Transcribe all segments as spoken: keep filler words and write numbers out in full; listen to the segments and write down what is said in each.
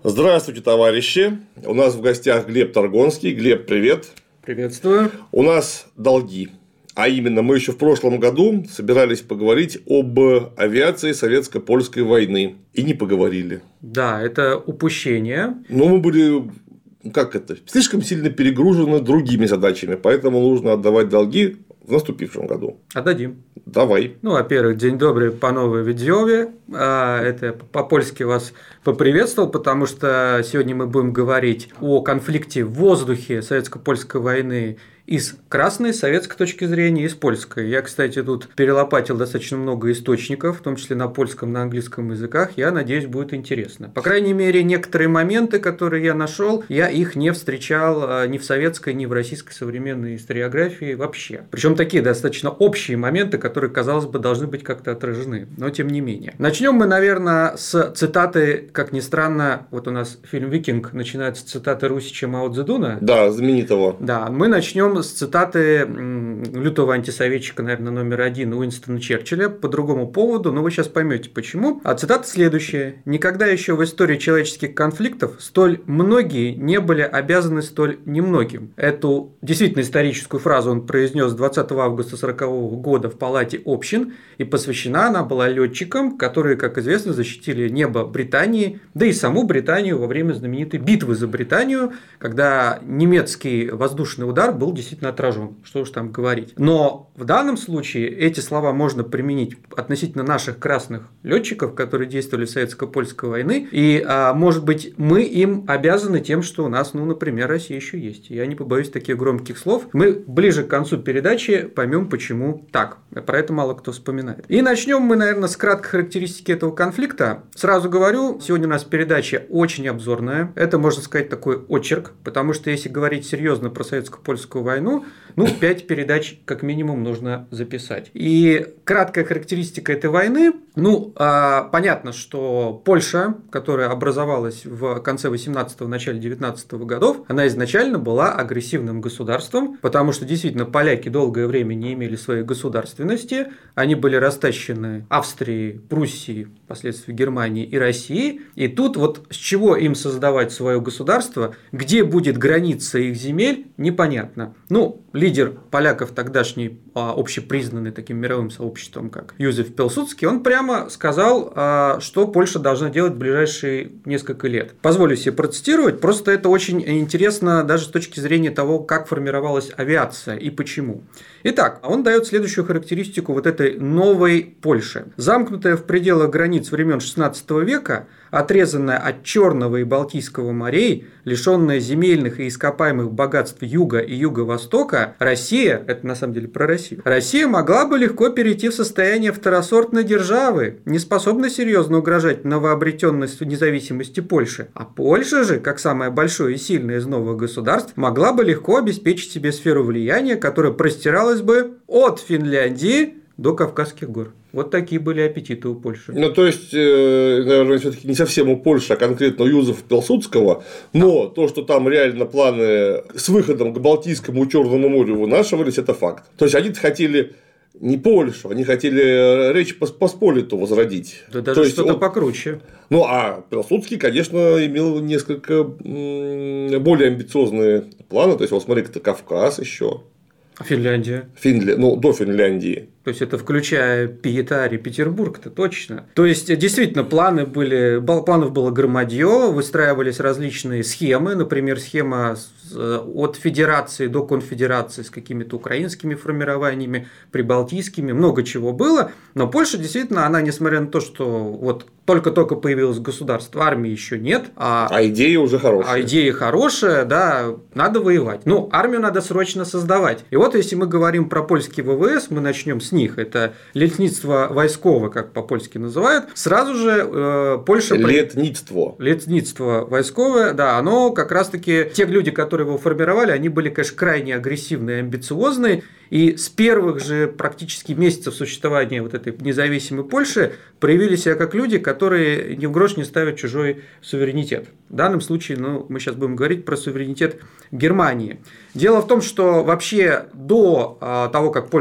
Здравствуйте, товарищи. У нас в гостях Глеб Таргонский. Глеб, привет. Приветствую. У нас долги. А именно, мы еще в прошлом году собирались поговорить об авиации советско-польской войны. И не поговорили. Да, это упущение. Но мы были, как это, слишком сильно перегружены другими задачами. Поэтому нужно отдавать долги в наступившем году. Отдадим. Давай. Ну, во-первых, день добрый, панове Видзёве. Это я по-польски вас поприветствовал, потому что сегодня мы будем говорить о конфликте в воздухе советско-польской войны и с красной советской точки зрения, и с польской. Я, кстати, тут перелопатил достаточно много источников, в том числе на польском, на английском языках. Я надеюсь, будет интересно. По крайней мере, некоторые моменты, которые я нашел, я их не встречал ни в советской, ни в российской современной историографии вообще. Причем такие достаточно общие моменты, которые, казалось бы, должны быть как-то отражены. Но тем не менее. Начнем мы, наверное, с цитаты, как ни странно, вот у нас фильм «Викинг» начинается с цитаты Русича Мао Цзэдуна. Да, знаменитого. Да, мы начнем с цитаты лютого антисоветчика, наверное, номер один Уинстона Черчилля по другому поводу, но вы сейчас поймете почему. А цитата следующая. «Никогда еще в истории человеческих конфликтов столь многие не были обязаны столь немногим». Эту действительно историческую фразу он произнес двадцатого августа сорокового года в Палате общин, и посвящена она была летчикам, которые, как известно, защитили небо Британии, да и саму Британию во время знаменитой битвы за Британию, когда немецкий воздушный удар был действительно отражен. Что уж там говорить. Но в данном случае эти слова можно применить относительно наших красных летчиков, которые действовали в советско-польской войне, и, может быть, мы им обязаны тем, что у нас, ну, например, Россия еще есть. Я не побоюсь таких громких слов. Мы ближе к концу передачи поймем, почему так. Про это мало кто вспоминает. И начнем мы, наверное, с краткой характеристики этого конфликта. Сразу говорю, сегодня у нас передача очень обзорная. Это, можно сказать, такой очерк, потому что если говорить серьезно про советско-польскую войну, ну, пять передач как минимум нужно записать. И краткая характеристика этой войны. Ну, а, понятно, что Польша, которая образовалась в конце восемнадцатого, начале девятнадцатого годов, она изначально была агрессивным государством, потому что действительно поляки долгое время не имели своей государственности, они были растащены Австрией, Пруссией, впоследствии Германии и России, и тут вот с чего им создавать свое государство, где будет граница их земель, непонятно. Ну, лидер поляков тогдашний, общепризнанный таким мировым сообществом, как Юзеф Пилсудский, он прямо сказал, что Польша должна делать в ближайшие несколько лет. Позволю себе процитировать, просто это очень интересно даже с точки зрения того, как формировалась авиация и почему. Итак, он дает следующую характеристику вот этой новой Польши. Замкнутая в пределах границ времен шестнадцатого века, отрезанная от Черного и Балтийского морей, лишенная земельных и ископаемых богатств юга и юго-востока, Россия, это на самом деле про Россию, Россия могла бы легко перейти в состояние второсортной державы, не способной серьезно угрожать новообретенности независимости Польши. А Польша же, как самое большое и сильное из новых государств, могла бы легко обеспечить себе сферу влияния, которая простиралась бы от Финляндии до Кавказских гор. Вот такие были аппетиты у Польши. Ну, то есть, наверное, все-таки не совсем у Польши, а конкретно у Юзефа Пилсудского, но то, что там реально планы с выходом к Балтийскому и Черному морю вынашивались, это факт. То есть, они хотели не Польшу, они хотели Речь Посполиту возродить. Да даже что-то он... покруче. Ну, а Пилсудский, конечно, имел несколько более амбициозные планы. То есть, вот смотри, это Кавказ еще. Финляндия. Финля... Ну, до Финляндии. То есть, это включая Пиетари, Петербург-то точно. То есть, действительно, планы были, планов было громадье, выстраивались различные схемы, например, схема от федерации до конфедерации с какими-то украинскими формированиями, прибалтийскими, много чего было, но Польша действительно, она, несмотря на то, что вот только-только появилось государство, армии еще нет. А, а идея уже хорошая. А идея хорошая, да, надо воевать. Ну, армию надо срочно создавать. И вот если мы говорим про польский ВВС, мы начнем с них, это летництво войсковое, как по-польски называют, сразу же э, Польша... Летництво. Летництво войсковое, да, оно как раз-таки, те люди, которые его формировали, они были, конечно, крайне агрессивные и амбициозные, и с первых же практически месяцев существования вот этой независимой Польши проявили себя как люди, которые ни в грош не ставят чужой суверенитет. В данном случае, ну, мы сейчас будем говорить про суверенитет Германии. Дело в том, что вообще до того, как Польша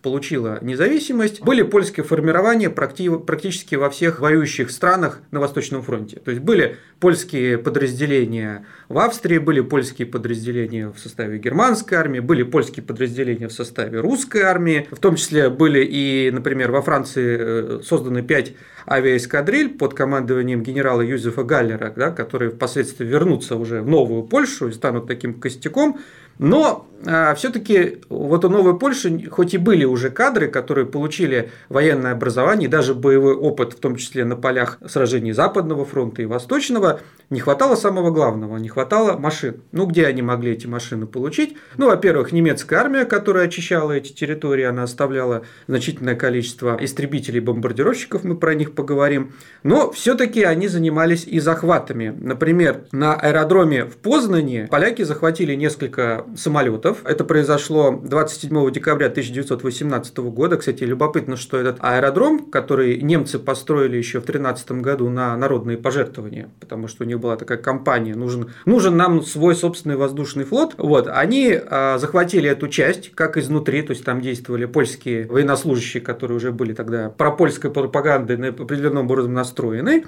получила независимость, были польские формирования практически во всех воюющих странах на Восточном фронте. То есть были польские подразделения в Австрии, были польские подразделения в составе германской армии, были польские подразделения в составе русской армии, в том числе были и, например, во Франции созданы пять авиаэскадриль под командованием генерала Юзефа Галлера, да, которые впоследствии вернутся уже в новую Польшу и станут таким костяком. Но а, все-таки вот у Новой Польши, хоть и были уже кадры, которые получили военное образование, и даже боевой опыт, в том числе на полях сражений Западного фронта и Восточного, не хватало самого главного, не хватало машин. Ну, где они могли эти машины получить? Ну, во-первых, немецкая армия, которая очищала эти территории, она оставляла значительное количество истребителей и бомбардировщиков, мы про них поговорим. Но все-таки они занимались и захватами. Например, на аэродроме в Познани поляки захватили несколько самолетов. Это произошло двадцать седьмого декабря тысяча девятьсот восемнадцатого года. Кстати, любопытно, что этот аэродром, который немцы построили еще в тринадцатом году на народные пожертвования, потому что у них была такая кампания, нужен, нужен нам свой собственный воздушный флот. Вот, они а, захватили эту часть, как изнутри, то есть там действовали польские военнослужащие, которые уже были тогда пропольской пропагандой определенным образом настроены.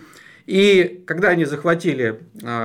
И когда они захватили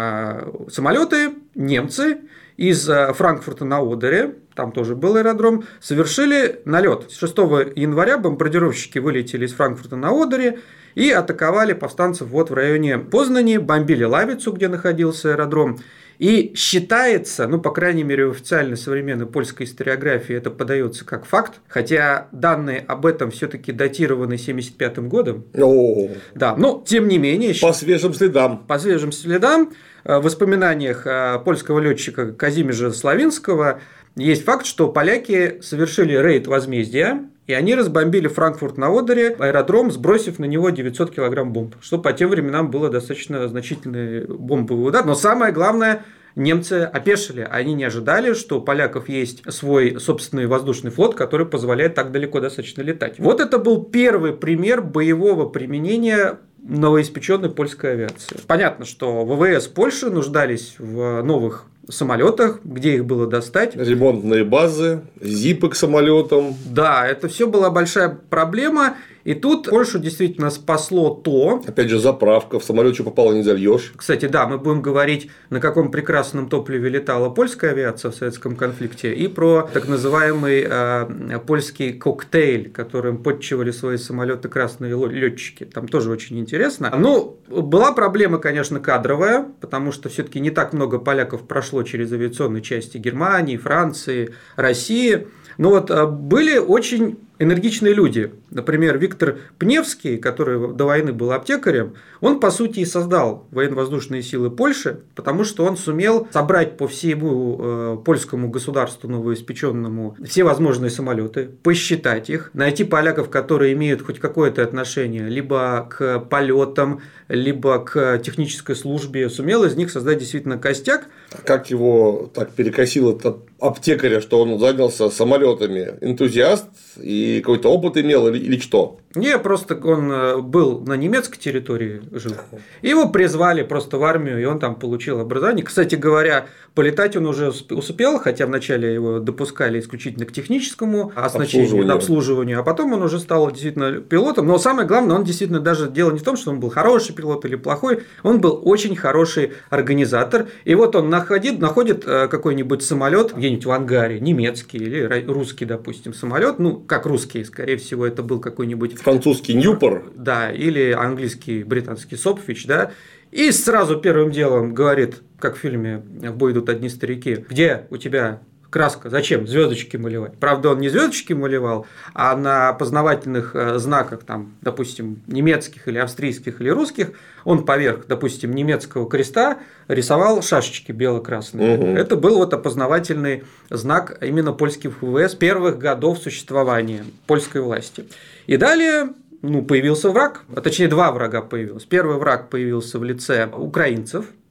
а, самолеты, немцы из Франкфурта на Одере, там тоже был аэродром, совершили налет. шестого января бомбардировщики вылетели из Франкфурта на Одере и атаковали повстанцев вот в районе Познани, бомбили Лавицу, где находился аэродром. И считается, ну, по крайней мере, в официальной современной польской историографии это подается как факт, хотя данные об этом все-таки датированы семьдесят пятым годом. О-о-о. Да, но тем не менее. По свежим следам. По свежим следам. В воспоминаниях польского летчика Казимежа Славинского есть факт, что поляки совершили рейд возмездия, и они разбомбили Франкфурт на Одере, аэродром, сбросив на него девятьсот килограмм бомб, что по тем временам было достаточно значительный бомбовый удар. Но самое главное, немцы опешили. Они не ожидали, что у поляков есть свой собственный воздушный флот, который позволяет так далеко достаточно летать. Вот это был первый пример боевого применения новоиспеченной польской авиации. Понятно, что ВВС Польши нуждались в новых самолетах, где их было достать. Ремонтные базы, зипы к самолетам. Да, это все была большая проблема. И тут Польшу действительно спасло то... Опять же, заправка, в самолете попало не зальешь. Кстати, да, мы будем говорить, на каком прекрасном топливе летала польская авиация в советском конфликте, и про так называемый э, польский коктейль, которым подчивали свои самолеты красные летчики. Там тоже очень интересно. Ну, была проблема, конечно, кадровая, потому что все-таки не так много поляков прошло через авиационные части Германии, Франции, России. Но вот были очень энергичные люди. Например, Виктор Пневский, который до войны был аптекарем, он, по сути, и создал военно-воздушные силы Польши, потому что он сумел собрать по всему э, польскому государству новоиспеченному все возможные самолеты, посчитать их, найти поляков, которые имеют хоть какое-то отношение либо к полетам, либо к технической службе, сумел из них создать действительно костяк. Как его так перекосило от аптекаря, что он занялся самолетами? Энтузиаст и какой-то опыт имел или, или что? Не, просто он был на немецкой территории жил. Его призвали просто в армию, и он там получил образование. Кстати говоря, полетать он уже успел, хотя вначале его допускали исключительно к техническому оснащению, обслуживанию, обслуживанию, а потом он уже стал действительно пилотом. Но самое главное, он действительно даже дело не в том, что он был хороший пилот или плохой, он был очень хороший организатор. И вот он находит, находит какой-нибудь самолет где-нибудь в ангаре, немецкий или русский, допустим, самолет, ну, как русский, скорее всего, это был какой-нибудь французский Ньюпор. Да, или английский, британский Сопвич, да. И сразу первым делом говорит, как в фильме «В бой идут одни старики», где у тебя краска, зачем звездочки малевать? Правда, он не звездочки малевал, а на опознавательных знаках, там, допустим, немецких или австрийских или русских, он поверх, допустим, немецкого креста рисовал шашечки бело-красные. Угу. Это был вот опознавательный знак именно польских ВВС первых годов существования польской власти. И далее, ну, появился враг, а точнее два врага появилось. Первый враг появился в лице украинцев,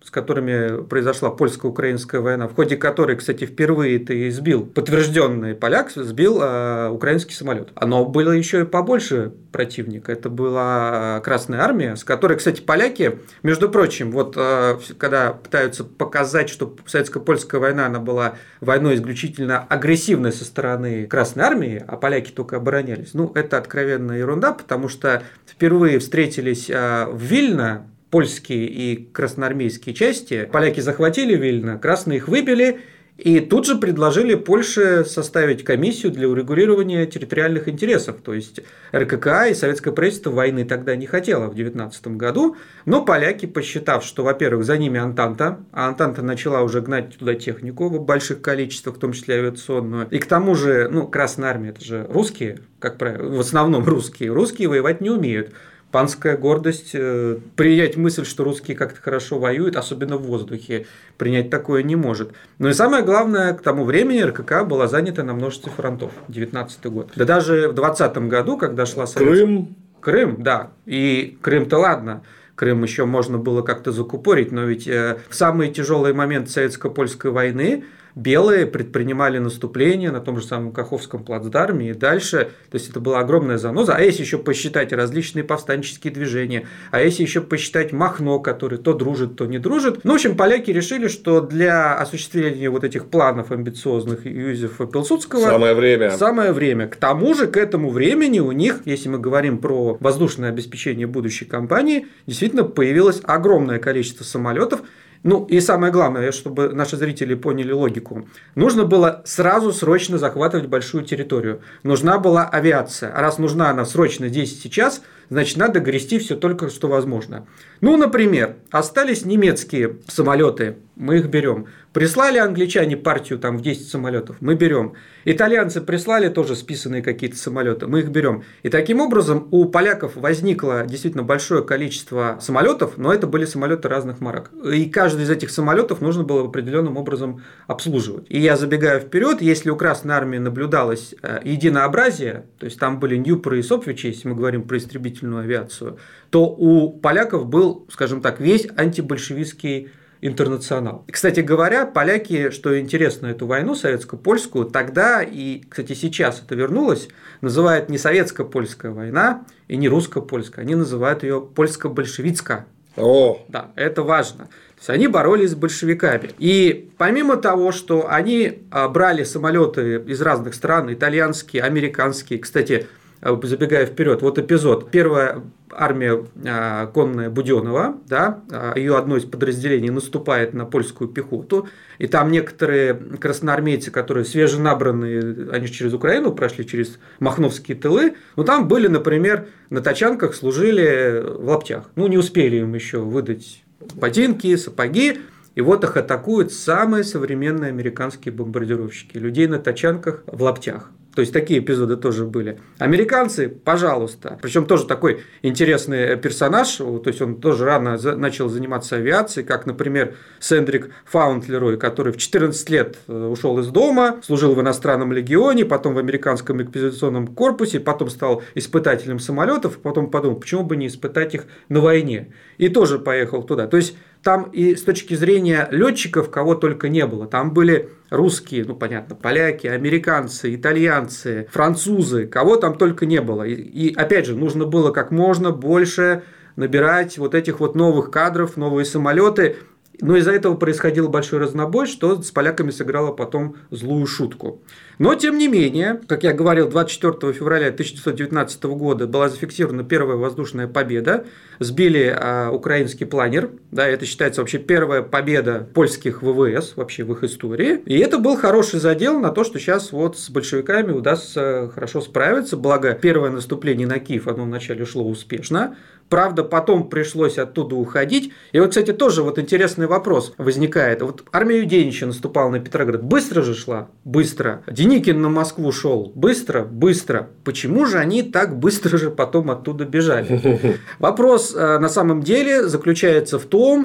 с которыми произошла польско-украинская война, в ходе которой, кстати, впервые ты сбил, подтвержденный поляк сбил э, украинский самолет. Но было еще и побольше противника. Это была Красная Армия, с которой, кстати, поляки, между прочим, вот э, когда пытаются показать, что советско-польская война, она была войной исключительно агрессивной со стороны Красной Армии, а поляки только оборонялись, ну, это откровенная ерунда, потому что впервые встретились э, в Вильно польские и красноармейские части. Поляки захватили Вильно, красные их выбили, и тут же предложили Польше составить комиссию для урегулирования территориальных интересов. То есть РККА и советское правительство войны тогда не хотело в девятнадцатом году, но поляки, посчитав, что, во-первых, за ними Антанта, а Антанта начала уже гнать туда технику в больших количествах, в том числе авиационную, и к тому же, ну, Красная Армия, это же русские, как правило, в основном русские, русские воевать не умеют. Панская гордость, принять мысль, что русские как-то хорошо воюют, особенно в воздухе, принять такое не может. Но и самое главное, к тому времени РККА была занята на множестве фронтов, девятнадцатый год. Да даже в двадцатом году, когда шла советская... Крым. Крым, да. И Крым-то ладно. Крым еще можно было как-то закупорить, но ведь в самые тяжелые моменты советско-польской войны белые предпринимали наступление на том же самом Каховском плацдарме и дальше. То есть это была огромная заноза. А если еще посчитать различные повстанческие движения, а если еще посчитать Махно, который то дружит, то не дружит. Ну, в общем, поляки решили, что для осуществления вот этих планов амбициозных Юзефа Пилсудского самое время. Самое время. К тому же, к этому времени у них, если мы говорим про воздушное обеспечение будущей кампании, действительно появилось огромное количество самолетов. Ну и самое главное, чтобы наши зрители поняли логику, нужно было сразу срочно захватывать большую территорию. Нужна была авиация. А раз нужна она срочно здесь и сейчас, значит, надо грести все только что возможно. Ну, например, остались немецкие самолеты, мы их берем. Прислали англичане партию там в десять самолетов, мы берем. Итальянцы прислали тоже списанные какие-то самолеты, мы их берем. И таким образом у поляков возникло действительно большое количество самолетов, но это были самолеты разных марок. И каждый из этих самолетов нужно было определенным образом обслуживать. И я забегаю вперед, если у Красной Армии наблюдалось единообразие, то есть там были Ньюпоры и Сопвичи, если мы говорим про истребительную авиацию, то у поляков был, скажем так, весь антибольшевистский интернационал. И, кстати говоря, поляки, что интересно, эту войну советско-польскую тогда и, кстати, сейчас это вернулось, называют не советско-польская война и не русско-польская, они называют ее польско-большевицкая. О. Да, это важно. То есть они боролись с большевиками. И помимо того, что они брали самолеты из разных стран, итальянские, американские, кстати, забегая вперед, вот эпизод. Первая армия конная Будённого, да, ее одно из подразделений наступает на польскую пехоту, и там некоторые красноармейцы, которые свеженабранные, они через Украину прошли, через махновские тылы, но там были, например, на тачанках служили в лаптях. Ну, не успели им еще выдать ботинки, сапоги, и вот их атакуют самые современные американские бомбардировщики. Людей на тачанках в лаптях. То есть такие эпизоды тоже были. Американцы, пожалуйста. Причем тоже такой интересный персонаж. То есть он тоже рано начал заниматься авиацией, как, например, Сендрик Фаунтлерой, который в четырнадцать лет ушел из дома, служил в иностранном легионе, потом в американском экспедиционном корпусе, потом стал испытателем самолетов, потом подумал, почему бы не испытать их на войне. И тоже поехал туда. То есть там и с точки зрения летчиков кого только не было. Там были русские, ну понятно, поляки, американцы, итальянцы, французы, кого там только не было. И, и опять же, нужно было как можно больше набирать вот этих вот новых кадров, новые самолеты. Но из-за этого происходил большой разнобой, что с поляками сыграло потом злую шутку. Но, тем не менее, как я говорил, двадцать четвёртого февраля тысяча девятьсот девятнадцатого года была зафиксирована первая воздушная победа. Сбили а, украинский планер. Да, это считается вообще первая победа польских ВВС вообще в их истории. И это был хороший задел на то, что сейчас вот с большевиками удастся хорошо справиться. Благо, первое наступление на Киев, оно вначале шло успешно. Правда, потом пришлось оттуда уходить. И вот, кстати, тоже вот интересный вопрос возникает. Вот армия Юденича наступала на Петроград. Быстро же шла? Быстро. Деникин на Москву шел? Быстро? Быстро. Почему же они так быстро же потом оттуда бежали? Вопрос на самом деле заключается в том,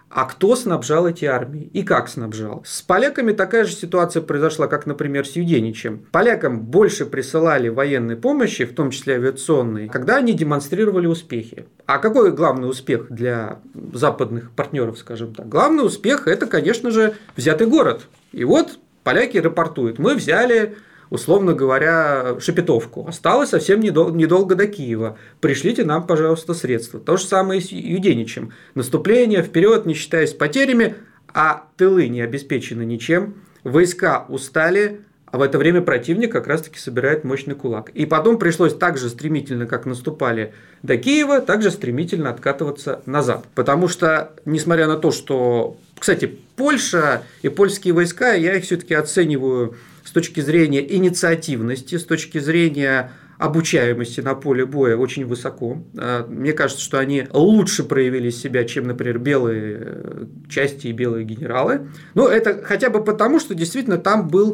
А кто снабжал эти армии и как снабжал? С поляками такая же ситуация произошла, как, например, с Юденичем. Полякам больше присылали военной помощи, в том числе авиационной, когда они демонстрировали успехи. А какой главный успех для западных партнеров, скажем так? Главный успех – это, конечно же, взятый город. И вот поляки рапортуют: мы взяли, условно говоря, Шепетовку. Осталось совсем недол- недолго до Киева. Пришлите нам, пожалуйста, средства. То же самое и с Юденичем. Наступление вперед, не считаясь потерями, а тылы не обеспечены ничем. Войска устали, а в это время противник как раз-таки собирает мощный кулак. И потом пришлось так же стремительно, как наступали до Киева, так же стремительно откатываться назад. Потому что, несмотря на то, что, кстати, Польша и польские войска, я их все-таки оцениваю с точки зрения инициативности, с точки зрения обучаемости на поле боя очень высоко. Мне кажется, что они лучше проявили себя, чем, например, белые части и белые генералы. Но это хотя бы потому, что действительно там был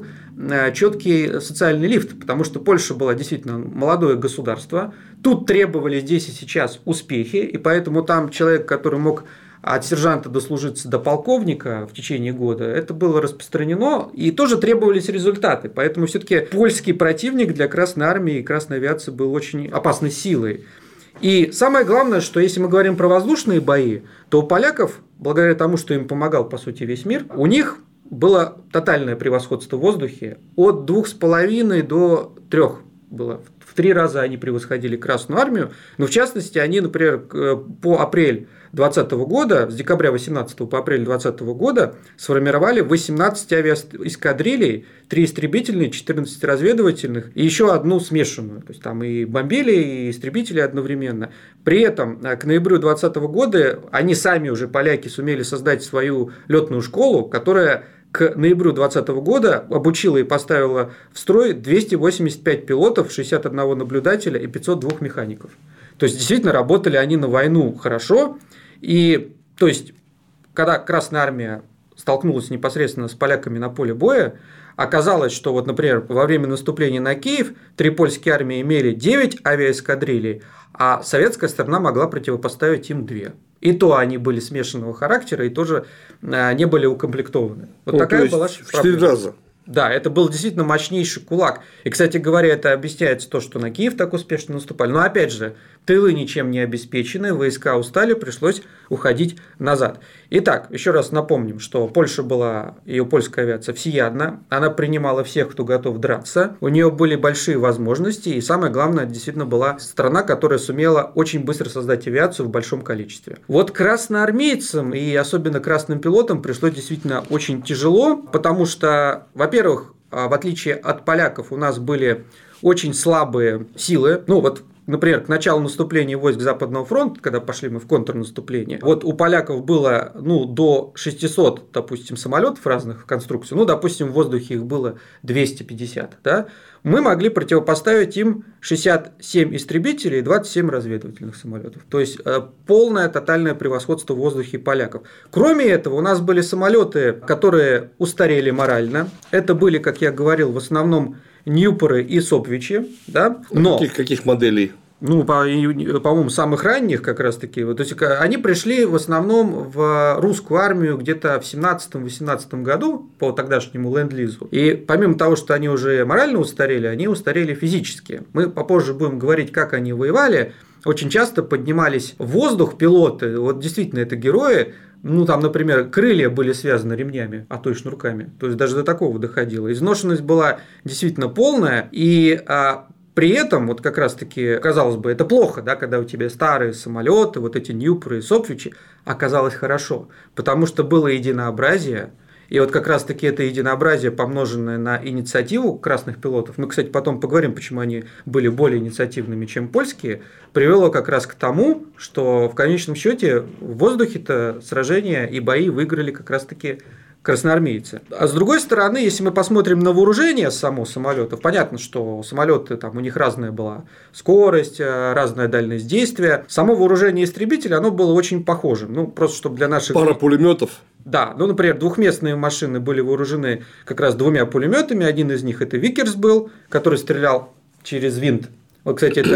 четкий социальный лифт, потому что Польша была действительно молодое государство. Тут требовали здесь и сейчас успехи, и поэтому там человек, который мог от сержанта дослужиться до полковника в течение года, это было распространено, и тоже требовались результаты. Поэтому все-таки польский противник для Красной Армии и Красной авиации был очень опасной силой. И самое главное, что если мы говорим про воздушные бои, то у поляков, благодаря тому, что им помогал, по сути, весь мир, у них было тотальное превосходство в воздухе от двух с половиной до трех было. В три раза они превосходили Красную Армию, но в частности они, например, по апрель двадцатого года, с декабря восемнадцатого по апрель двадцатого года сформировали восемнадцать авиаэскадрилей, три истребительные, четырнадцать разведывательных и еще одну смешанную. То есть там и бомбили, и истребители одновременно. При этом к ноябрю двадцатого года они сами уже, поляки, сумели создать свою летную школу, которая к ноябрю двадцатого года обучила и поставила в строй двести восемьдесят пять пилотов, шестьдесят один наблюдателя и пятьсот два механиков. То есть, действительно, работали они на войну хорошо. И, то есть, когда Красная Армия столкнулась непосредственно с поляками на поле боя, оказалось, что, вот, например, во время наступления на Киев три польские армии имели девять авиаэскадрилей, а советская сторона могла противопоставить им две. И то они были смешанного характера и тоже не были укомплектованы. Вот ну, такая была в четыре раза. Да, это был действительно мощнейший кулак. И, кстати говоря, это объясняется то, что на Киев так успешно наступали. Но, опять же, тылы ничем не обеспечены, войска устали, пришлось уходить назад. Итак, еще раз напомним, что Польша была, ее польская авиация всеядна, она принимала всех, кто готов драться, у нее были большие возможности, и самое главное, действительно была страна, которая сумела очень быстро создать авиацию в большом количестве. Вот красноармейцам и особенно красным пилотам пришлось действительно очень тяжело, потому что, во-первых, в отличие от поляков, у нас были очень слабые силы, ну вот, например, к началу наступления войск Западного фронта, когда пошли мы в контрнаступление, вот у поляков было ну, до шестисот, допустим, самолетов разных конструкций, ну, допустим, в воздухе их было двести пятьдесят, да, мы могли противопоставить им шестьдесят семь истребителей и двадцать семь разведывательных самолетов. То есть полное тотальное превосходство в воздухе поляков. Кроме этого, у нас были самолеты, которые устарели морально. Это были, как я говорил, в основном Ньюпоры и Сопвичи. Да? Но... Каких, каких моделей? Ну, по, по-моему, самых ранних как раз-таки. То есть, они пришли в основном в русскую армию где-то в семнадцатом-восемнадцатом году по тогдашнему ленд-лизу. И помимо того, что они уже морально устарели, они устарели физически. Мы попозже будем говорить, как они воевали. Очень часто поднимались в воздух пилоты. Вот действительно, это герои. Ну, там, например, крылья были связаны ремнями, а то и шнурками. То есть, даже до такого доходило. Изношенность была действительно полная. И а, при этом, вот как раз-таки, казалось бы, это плохо, да, когда у тебя старые самолеты, вот эти Ньюпоры и Сопвичи, оказалось хорошо. Потому что было единообразие. И вот как раз-таки это единообразие, помноженное на инициативу красных пилотов, мы, кстати, потом поговорим, почему они были более инициативными, чем польские, привело как раз к тому, что в конечном счете в воздухе-то сражения и бои выиграли как раз-таки красноармейцы. А с другой стороны, если мы посмотрим на вооружение само самолетов, понятно, что самолеты там у них разная была скорость, разная дальность действия. Само вооружение истребителя, оно было очень похожим. Ну, просто чтобы для наших... Пара пулеметов. Да, ну, например, двухместные машины были вооружены как раз двумя пулеметами. Один из них это Викерс был, который стрелял через винт. Вот, кстати, это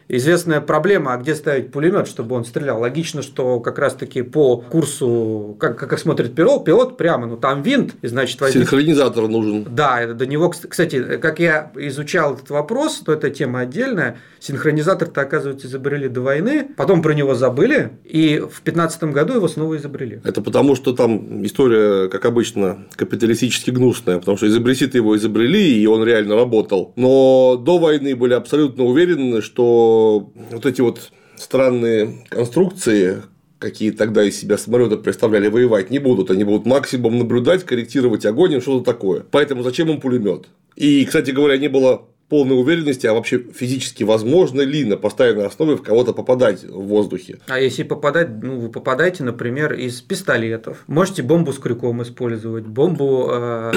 известная проблема, а где ставить пулемет, чтобы он стрелял. Логично, что как раз-таки по курсу, как, как смотрит пилот, пилот прямо, ну там винт, и значит возник... Синхронизатор нужен. Да, до него, кстати, как я изучал этот вопрос, то эта тема отдельная. Синхронизатор-то, оказывается, изобрели до войны, потом про него забыли, и в пятнадцатом году его снова изобрели. Это потому, что там история, как обычно, капиталистически гнусная, потому что изобретить его изобрели, и он реально работал. Но до войны были абсолютно уверены, что вот эти вот странные конструкции, какие тогда из себя самолеты представляли, воевать не будут. Они будут максимум наблюдать, корректировать огонь и что-то такое. Поэтому зачем им пулемет? И, кстати говоря, не было полной уверенности, а вообще физически возможно ли на постоянной основе в кого-то попадать в воздухе. А если попадать, ну, вы попадаете, например, из пистолетов. Можете бомбу с крюком использовать, бомбу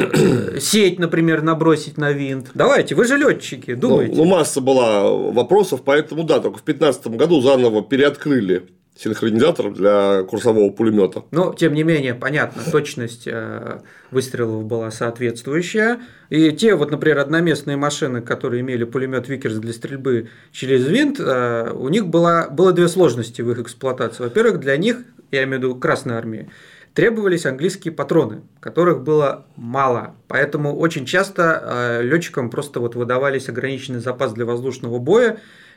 э, сеть, например, набросить на винт. Давайте, вы же летчики, думаете. Ну, ну, масса была вопросов, поэтому да, только в две тысячи пятнадцатом году заново переоткрыли синхронизатор для курсового пулемета. Но, тем не менее, понятно, точность выстрелов была соответствующая. И те, вот, например, одноместные машины, которые имели пулемет Викерс для стрельбы через винт, у них было, было две сложности в их эксплуатации. Во-первых, для них, я имею в виду Красной армии, требовались английские патроны, которых было мало. Поэтому очень часто летчикам просто вот выдавались ограниченный запас для воздушного боя.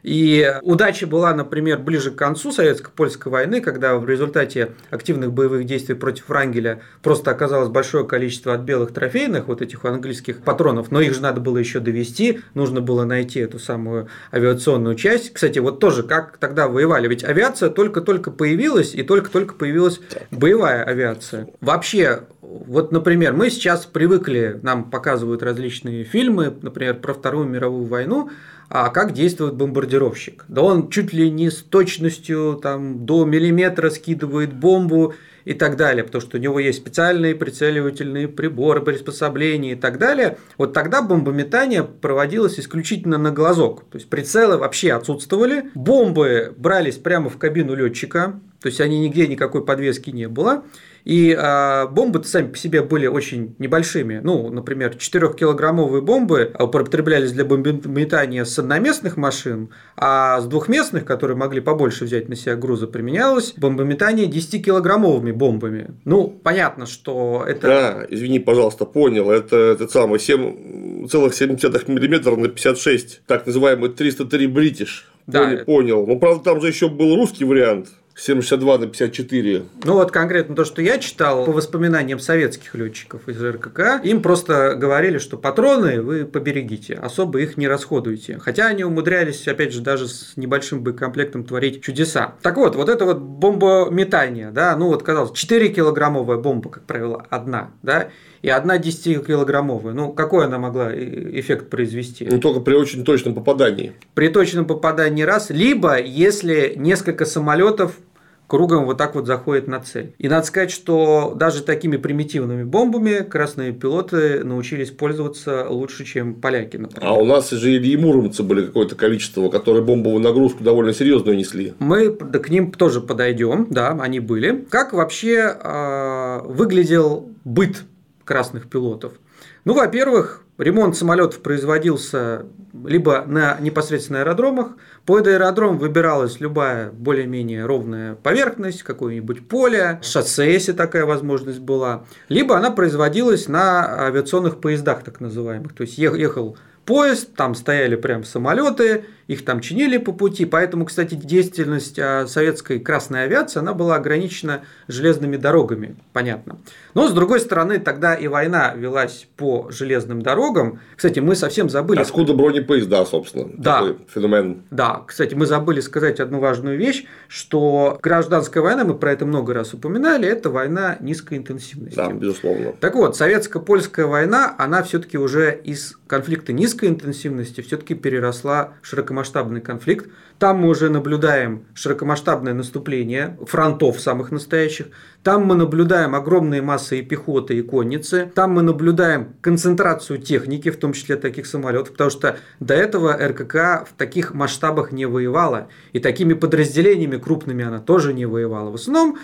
И удача была, например, ближе к концу советско-польской войны, когда в результате активных боевых действий против Врангеля просто оказалось большое количество отбелых трофейных вот этих английских патронов, но их же надо было еще довести, нужно было найти эту самую авиационную часть. Кстати, вот тоже как тогда воевали, ведь авиация только-только появилась, и только-только появилась боевая авиация. Вообще, вот, например, мы сейчас привыкли, нам показывают различные фильмы, например, про Вторую мировую войну, а как действует бомбардировщик? Да он чуть ли не с точностью там, до миллиметра скидывает бомбу и так далее, потому что у него есть специальные прицеливательные приборы, приспособления и так далее. Вот тогда бомбометание проводилось исключительно на глазок, то есть прицелы вообще отсутствовали, бомбы брались прямо в кабину летчика, то есть они нигде никакой подвески не было. И а, бомбы сами по себе были очень небольшими. Ну, например, четырехкилограммовые бомбы употреблялись для бомбометания с одноместных машин, а с двухместных, которые могли побольше взять на себя груза, применялось бомбометание десятикилограммовыми бомбами. Ну, понятно, что это... Да, извини, пожалуйста, понял. Это этот самый семь целых семь десятых миллиметра на пятьдесят шесть, так называемый триста три British. Да. Понял, понял. Ну, правда, там же еще был русский вариант. семь шестьдесят два на пятьдесят четыре. Ну вот конкретно то, что я читал по воспоминаниям советских летчиков из РКК, им просто говорили, что патроны вы поберегите, особо их не расходуйте. Хотя они умудрялись, опять же, даже с небольшим боекомплектом творить чудеса. Так вот, вот это вот бомбометание, да, ну вот казалось, четырехкилограммовая бомба, как правило, одна, да, и одна десятикилограммовая. Ну, какой она могла эффект произвести? Ну, только при очень точном попадании. При точном попадании раз, либо если несколько самолетов кругом вот так вот заходит на цель. И надо сказать, что даже такими примитивными бомбами красные пилоты научились пользоваться лучше, чем поляки, например. А у нас же и муромцы были какое-то количество, которые бомбовую нагрузку довольно серьезную несли. Мы к ним тоже подойдем, да, они были. Как вообще э, выглядел быт красных пилотов? Ну, во-первых, ремонт самолетов производился либо на непосредственно аэродромах. Под аэродром выбиралась любая более-менее ровная поверхность, какое-нибудь поле, шоссе, если такая возможность была. Либо она производилась на авиационных поездах, так называемых. То есть ехал поезд, там стояли прям самолеты, их там чинили по пути. Поэтому, кстати, деятельность советской красной авиации она была ограничена железными дорогами, понятно. Но, с другой стороны, тогда и война велась по железным дорогам. Кстати, мы совсем забыли... Откуда бронепоезда, собственно, да. Такой феномен. Да, кстати, мы забыли сказать одну важную вещь, что гражданская война, мы про это много раз упоминали, это война низкой интенсивности. Да, безусловно. Так вот, советско-польская война, она все-таки уже из конфликта низкой интенсивности все-таки переросла в широкомасштабный конфликт. Там мы уже наблюдаем широкомасштабное наступление фронтов самых настоящих. Там мы наблюдаем огромные массы и пехоты, и конницы. Там мы наблюдаем концентрацию техники, в том числе таких самолетов, потому что до этого РКК в таких масштабах не воевала. И такими подразделениями крупными она тоже не воевала. В основном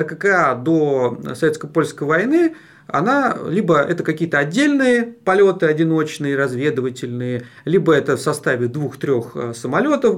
РКК до советско-польской войны она либо это какие-то отдельные полеты одиночные, разведывательные, либо это в составе двух-трех самолетов группы,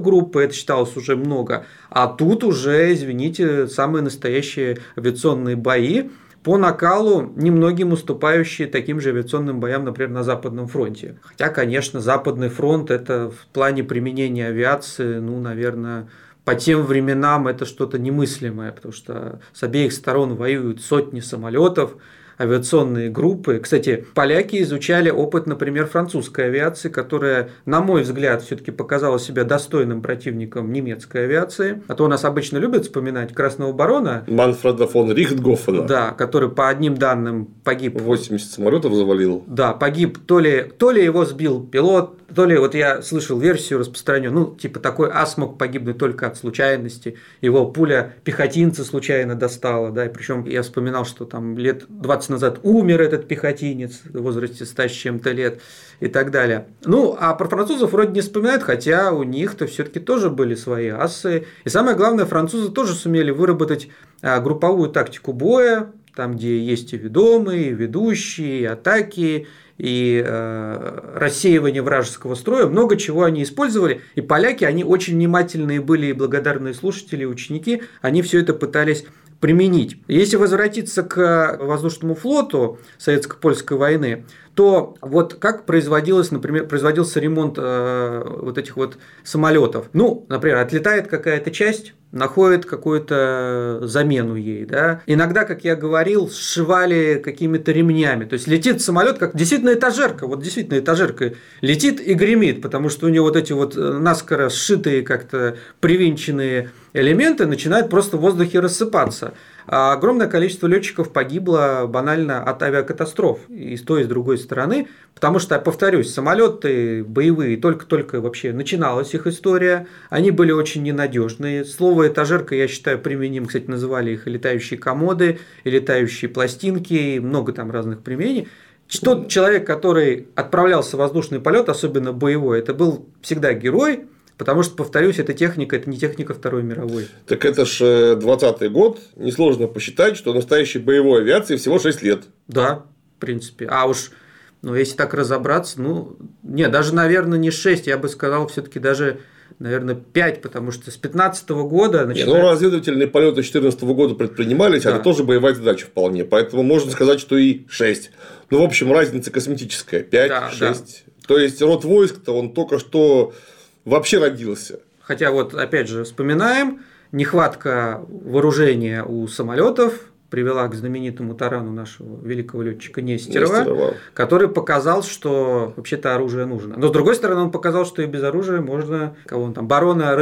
это считалось уже много. А тут уже, извините, самые настоящие авиационные бои, по накалу немногим уступающие таким же авиационным боям, например, на Западном фронте. Хотя, конечно, Западный фронт – это в плане применения авиации, ну, наверное, по тем временам это что-то немыслимое, потому что с обеих сторон воюют сотни самолетов, авиационные группы. Кстати, поляки изучали опыт, например, французской авиации, которая, на мой взгляд, все-таки показала себя достойным противником немецкой авиации. А то у нас обычно любят вспоминать Красного барона. Манфреда фон Рихтгофена. Да, который по одним данным погиб. восемьдесят самолетов завалил. Да, погиб. То ли, то ли его сбил пилот, то ли, вот я слышал версию распространенную, ну, типа такой ас мог погибнуть только от случайности. Его пуля пехотинца случайно достала, да, и причем я вспоминал, что там лет двадцать назад умер этот пехотинец в возрасте ста с чем-то лет и так далее. Ну, а про французов вроде не вспоминают, хотя у них-то все-таки тоже были свои асы. И самое главное, французы тоже сумели выработать групповую тактику боя, там, где есть и ведомые, и ведущие, и атаки, и э, рассеивание вражеского строя, много чего они использовали, и поляки, они очень внимательные были и благодарные слушатели, и ученики, они все это пытались применить. Если возвратиться к воздушному флоту советско-польской войны, то вот как производилось, например, производился ремонт э, вот этих вот самолетов. Ну, например, отлетает какая-то часть, находит какую-то замену ей, да. Иногда, как я говорил, сшивали какими-то ремнями. То есть летит самолет, как действительно этажерка, вот действительно этажерка летит и гремит, потому что у него вот эти вот наскоро сшитые как-то привинченные элементы начинают просто в воздухе рассыпаться. А огромное количество летчиков погибло банально от авиакатастроф и с той, и с другой стороны, потому что, повторюсь, самолеты боевые только-только вообще начиналась их история, они были очень ненадежные. Слово этажерка, я считаю, применим, кстати, называли их и летающие комоды, и летающие пластинки, и много там разных применений. Тот человек, который отправлялся в воздушный полет, особенно боевой, это был всегда герой. Потому что, повторюсь, эта техника – это не техника Второй мировой. Так это ж двадцатый год. Несложно посчитать, что настоящей боевой авиации всего шесть лет. Да, в принципе. А уж, ну, если так разобраться, ну, не, даже, наверное, не шесть, я бы сказал, все-таки даже, наверное, пять, потому что с пятнадцатого года начинается... Не, ну, разведывательные полеты с две тысячи четырнадцатого года предпринимались, да. Это тоже боевая задача вполне. Поэтому можно сказать, что и шесть. Ну, в общем, разница косметическая. пять, шесть. Да. То есть, род войск-то он только что... вообще родился. Хотя вот опять же вспоминаем, нехватка вооружения у самолетов привела к знаменитому тарану нашего великого летчика Нестерова, Нестерова, который показал, что вообще-то оружие нужно. Но с другой стороны, он показал, что и без оружия можно, кого он там, барона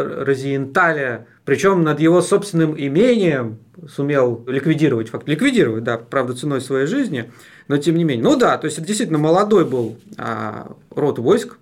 Розенталя, причем над его собственным имением сумел ликвидировать, факт, ликвидировать, да, правда, ценой своей жизни, но тем не менее. Ну да, то есть это действительно молодой был а, род войск.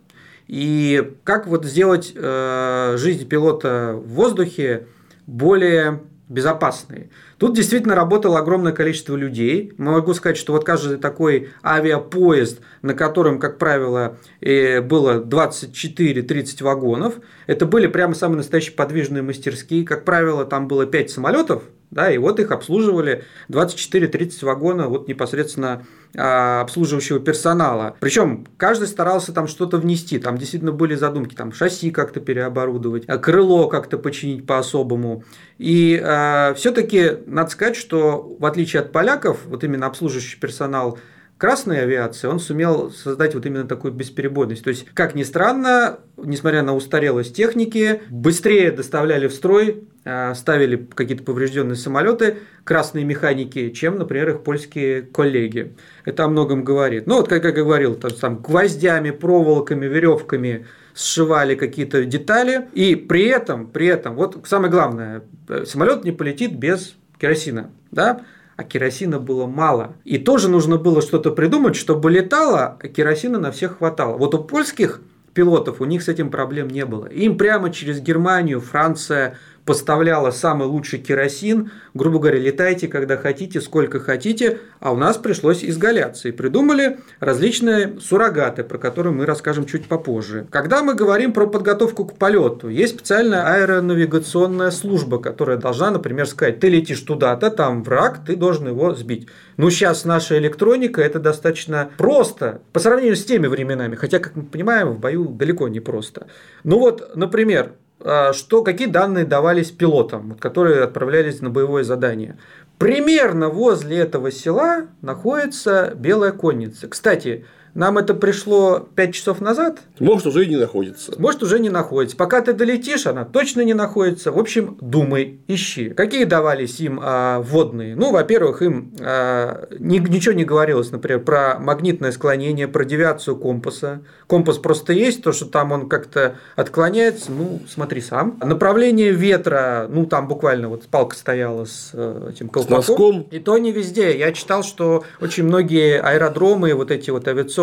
И как вот сделать э, жизнь пилота в воздухе более безопасной? Тут действительно работало огромное количество людей. Могу сказать, что вот каждый такой авиапоезд, на котором, как правило, было двадцать четыре тридцать вагонов, это были прямо самые настоящие подвижные мастерские. Как правило, там было пять самолетов, да, и вот их обслуживали двадцать четыре тридцать вагона вот непосредственно обслуживающего персонала. Причем каждый старался там что-то внести. Там действительно были задумки, там шасси как-то переоборудовать, крыло как-то починить по-особому. И э, все-таки надо сказать, что в отличие от поляков, вот именно обслуживающий персонал красной авиации, он сумел создать вот именно такую бесперебойность. То есть, как ни странно, несмотря на устарелость техники, быстрее доставляли в строй, ставили какие-то поврежденные самолеты красные механики, чем, например, их польские коллеги. Это о многом говорит. Ну, вот как я говорил, там, там гвоздями, проволоками, веревками сшивали какие-то детали, и при этом, при этом, вот самое главное, самолет не полетит без керосина, да? А керосина было мало. И тоже нужно было что-то придумать, чтобы летало, а керосина на всех хватало. Вот у польских пилотов у них с этим проблем не было. Им прямо через Германию, Франция поставляла самый лучший керосин. Грубо говоря, летайте, когда хотите, сколько хотите. А у нас пришлось изгаляться. И придумали различные суррогаты, про которые мы расскажем чуть попозже. Когда мы говорим про подготовку к полету, есть специальная аэронавигационная служба, которая должна, например, сказать, ты летишь туда-то, там враг, ты должен его сбить. Ну, сейчас наша электроника, это достаточно просто по сравнению с теми временами. Хотя, как мы понимаем, в бою далеко не просто. Ну вот, например, что, какие данные давались пилотам, которые отправлялись на боевое задание. Примерно возле этого села находится Белая конница. Кстати, нам это пришло пять часов назад. Может, уже и не находится. Может, уже не находится. Пока ты долетишь, она точно не находится. В общем, думай, ищи. Какие давались им а, вводные? Ну, во-первых, им а, ни, ничего не говорилось, например, про магнитное склонение, про девиацию компаса. Компас просто есть, то, что там он как-то отклоняется, ну, смотри сам. Направление ветра, ну, там буквально вот палка стояла с этим колпаком. С носком. И то не везде. Я читал, что очень многие аэродромы, вот эти вот авиационные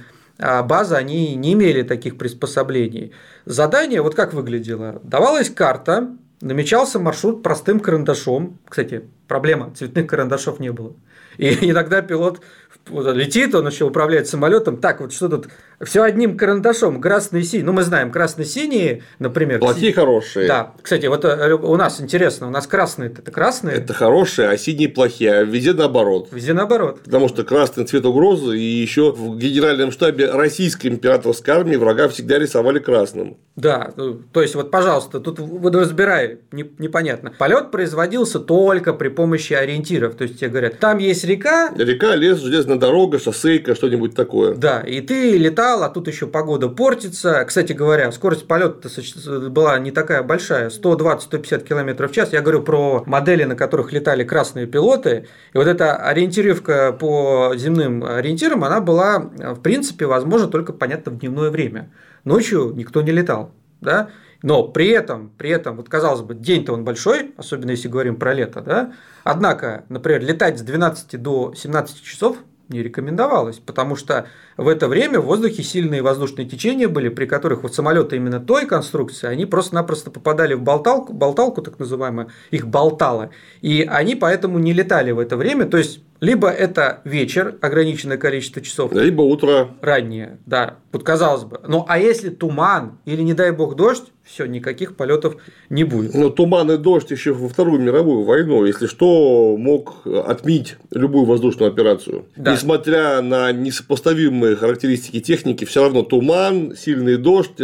базы, они не имели таких приспособлений. Задание вот как выглядело. Давалась карта, намечался маршрут простым карандашом. Кстати, проблема, цветных карандашов не было. И иногда пилот летит, он еще управляет самолетом. Так, вот что тут? Все одним карандашом, красный и синий. Ну, мы знаем, красно-синие, например. Плохие, хорошие. Да. Кстати, вот у нас интересно, у нас красные это красные. Это хорошие, а синие плохие, а везде наоборот. Везде наоборот. Потому что красный цвет угрозы, и еще в генеральном штабе российской императорской армии врага всегда рисовали красным. Да, то есть, вот, пожалуйста, тут разбирай, непонятно. Полет производился только при помощи ориентиров. То есть, тебе говорят, там есть река. Река, лес, железная дорога, шоссейка, что-нибудь такое. Да, и ты летал, а тут еще погода портится. Кстати говоря, скорость полета была не такая большая, сто двадцать - сто пятьдесят километров в час. Я говорю про модели, на которых летали красные пилоты. И вот эта ориентировка по земным ориентирам, она была, в принципе, возможна только, понятно, в дневное время. Ночью никто не летал, да? Но при этом, при этом, вот казалось бы, день-то он большой, особенно если говорим про лето, да? Однако, например, летать с двенадцати до семнадцати часов не рекомендовалось, потому что в это время в воздухе сильные воздушные течения были, при которых вот самолеты именно той конструкции, они просто-напросто попадали в болталку, болталку так называемую, их болтало, и они поэтому не летали в это время, то есть либо это вечер, ограниченное количество часов, либо утро раннее, да, вот казалось бы. Ну, а если туман или, не дай бог, дождь, все, никаких полетов не будет. Но туман и дождь еще во Вторую мировую войну, если что, мог отменить любую воздушную операцию. Да. Несмотря на несопоставимые характеристики техники, все равно туман, сильный дождь,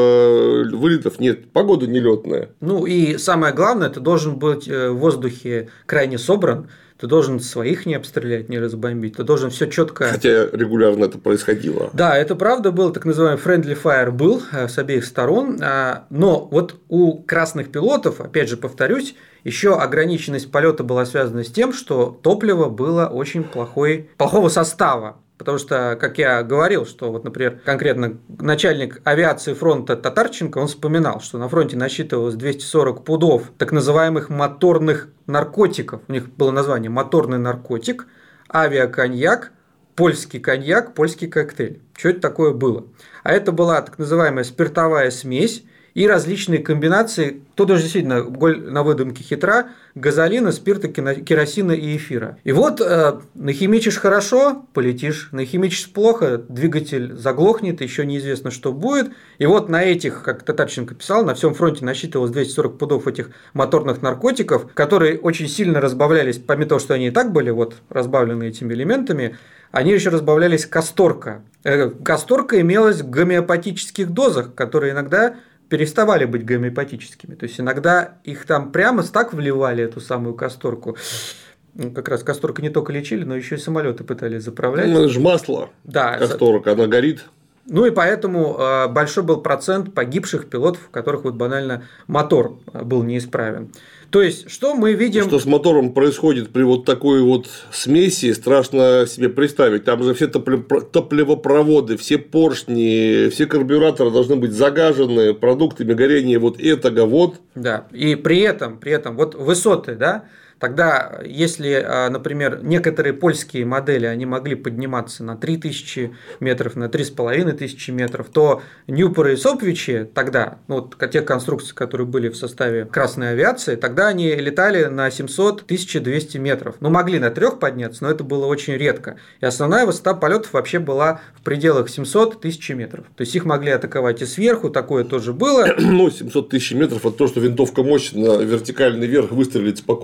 это вылетов нет, погода нелетная. Ну и самое главное, ты должен быть в воздухе крайне собран. Ты должен своих не обстрелять, не разбомбить, ты должен все четко. Хотя регулярно это происходило. Да, это правда был так называемый friendly fire был с обеих сторон. Но вот у красных пилотов, опять же повторюсь, еще ограниченность полета была связана с тем, что топливо было очень плохой, плохого состава. Потому что, как я говорил, что вот, например, конкретно начальник авиации фронта Татарченко, он вспоминал, что на фронте насчитывалось двести сорок пудов так называемых моторных наркотиков. У них было название моторный наркотик, авиаконьяк, польский коньяк, польский коктейль. Что это такое было? А это была так называемая спиртовая смесь и различные комбинации, то даже действительно на выдумке хитра, газолина, спирта, керосина и эфира. И вот э, нахимичишь хорошо, полетишь, нахимичишь плохо, двигатель заглохнет, еще неизвестно, что будет. И вот на этих, как Татарченко писал, на всем фронте насчитывалось двести сорок пудов этих моторных наркотиков, которые очень сильно разбавлялись, помимо того, что они и так были вот, разбавлены этими элементами, они еще разбавлялись касторка. Э, касторка имелась в гомеопатических дозах, которые иногда переставали быть гомеопатическими. То есть иногда их там прямо так вливали, эту самую касторку. Ну, как раз касторка не только лечили, но еще и самолеты пытались заправлять. Ну, это же масло. Да, касторка, она горит. Ну и поэтому большой был процент погибших пилотов, у которых вот банально мотор был неисправен. То есть, что мы видим… Что с мотором происходит при вот такой вот смеси, страшно себе представить. Там же все топливопроводы, все поршни, все карбюраторы должны быть загажены продуктами горения вот этого вот. Да, и при этом, при этом вот высоты, да, тогда, если, например, некоторые польские модели, они могли подниматься на три тысячи метров, на три с половиной тысячи метров, то Ньюпоры и Сопвичи тогда, ну, вот те конструкции, которые были в составе красной авиации, тогда они летали на семьсот - тысяча двести метров. Ну, могли на трех подняться, но это было очень редко. И основная высота полетов вообще была в пределах семьсот - тысячи метров. То есть их могли атаковать и сверху, такое тоже было. Ну, семьсот тысяч метров – это то, что винтовка мощь на вертикальный верх выстрелит спокойно.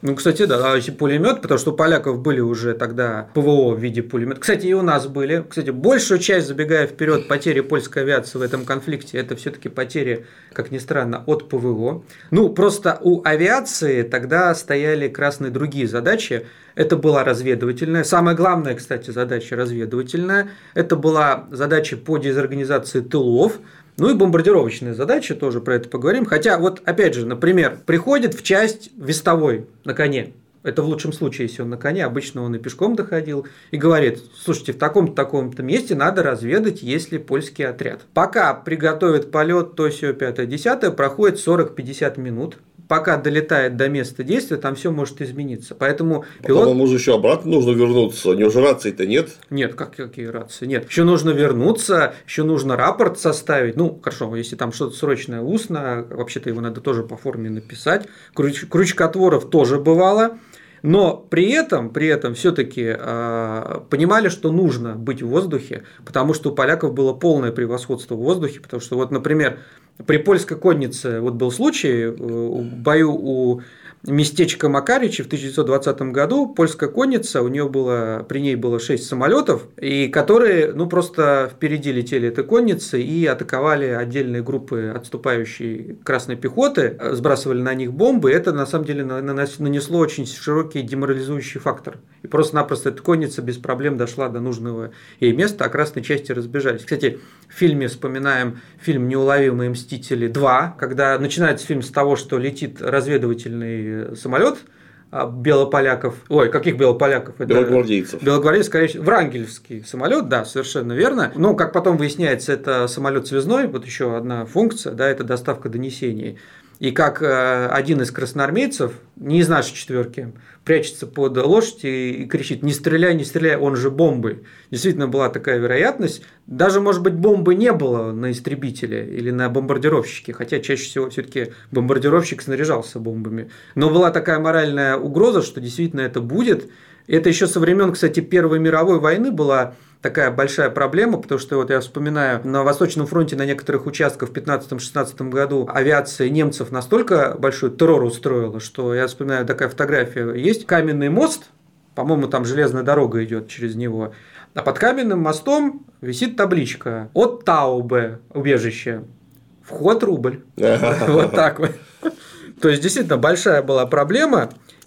Ну, кстати, да, а если пулемет, потому что у поляков были уже тогда ПВО в виде пулемета. Кстати, и у нас были. Кстати, большую часть, забегая вперед, потери польской авиации в этом конфликте, это все-таки потери, как ни странно, от ПВО. Ну, просто у авиации тогда стояли красные другие задачи. Это была разведывательная. Самая главная, кстати, задача разведывательная. Это была задача по дезорганизации тылов. Ну и бомбардировочные задачи, тоже про это поговорим. Хотя, вот опять же, например, приходит в часть вестовой на коне. Это в лучшем случае, если он на коне, обычно он и пешком доходил, и говорит: слушайте, в таком-то, таком-то месте надо разведать, есть ли польский отряд. Пока приготовят полет, то сё, пятое, десятое, проходит сорок-пятьдесят минут. Пока долетает до места действия, там все может измениться. Поэтому пилот... А по-моему, же еще обратно нужно вернуться. У него же рации-то нет. Нет, как, какие рации? Нет. Еще нужно вернуться, еще нужно рапорт составить. Ну, хорошо, если там что-то срочное устно, вообще-то его надо тоже по форме написать. Круч... Крючкотворов тоже бывало. Но при этом, при этом все-таки э, понимали, что нужно быть в воздухе, потому что у поляков было полное превосходство в воздухе. Потому что, вот, например, при польской коннице вот был случай, в бою у местечка Макаричи в тысяча девятьсот двадцатом году польская конница, у нее было, при ней было шесть самолетов, и которые, ну, просто впереди летели этой конницы и атаковали отдельные группы отступающей красной пехоты, сбрасывали на них бомбы, и это на самом деле нанесло очень широкий деморализующий фактор. И просто-напросто эта конница без проблем дошла до нужного ей места, а красные части разбежались. Кстати, в фильме вспоминаем фильм «Неуловимые мстители два», когда начинается фильм с того, что летит разведывательный самолет белополяков, ой, каких белополяков? Это белогвардейцев. Белогвардейцев, скорее всего, врангельский самолет, да, совершенно верно. Но, как потом выясняется, это самолет связной, вот еще одна функция, да, это доставка донесений. И как один из красноармейцев, не из нашей четверки, прячется под лошадь и кричит: не стреляй, не стреляй, он же бомбы. Действительно была такая вероятность. Даже, может быть, бомбы не было на истребителе или на бомбардировщике, хотя чаще всего все-таки бомбардировщик снаряжался бомбами. Но была такая моральная угроза, что действительно это будет. Это еще со времен, кстати, Первой мировой войны была такая большая проблема, потому что вот я вспоминаю, на Восточном фронте на некоторых участках в пятнадцатом-шестнадцатом году авиация немцев настолько большой террор устроила, что я вспоминаю, такая фотография есть. Каменный мост, по-моему, там железная дорога идет через него, а под каменным мостом висит табличка: от Таубе убежище, вход рубль. Вот так вот. То есть, действительно, большая была проблема.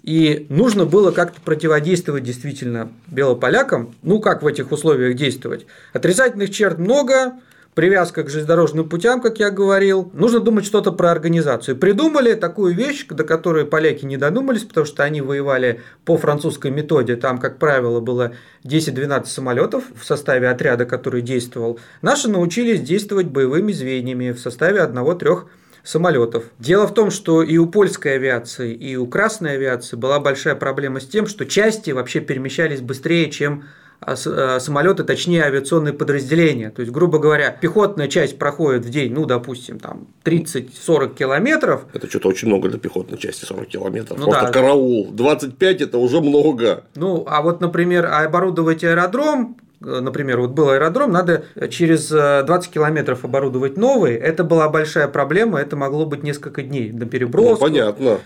И нужно было как-то противодействовать действительно белополякам. Ну, как в этих условиях действовать? Отрицательных черт много, привязка к железнодорожным путям, как я говорил. Нужно думать что-то про организацию. Придумали такую вещь, до которой поляки не додумались, потому что они воевали по французской методе. Там, как правило, было десять-двенадцать самолетов в составе отряда, который действовал. Наши научились действовать боевыми звеньями в составе одного-трех самолетов. Дело в том, что и у польской авиации, и у красной авиации была большая проблема с тем, что части вообще перемещались быстрее, чем самолеты, точнее авиационные подразделения. То есть, грубо говоря, пехотная часть проходит в день, ну, допустим, там тридцать-сорок километров. Это что-то очень много для пехотной части, сорок километров. Ну, просто да. Караул. двадцать пять это уже много. Ну, а вот, например, оборудовать аэродром, например, вот был аэродром, надо через двадцать километров оборудовать новый. Это была большая проблема, это могло быть несколько дней на переброску. Ну, понятно.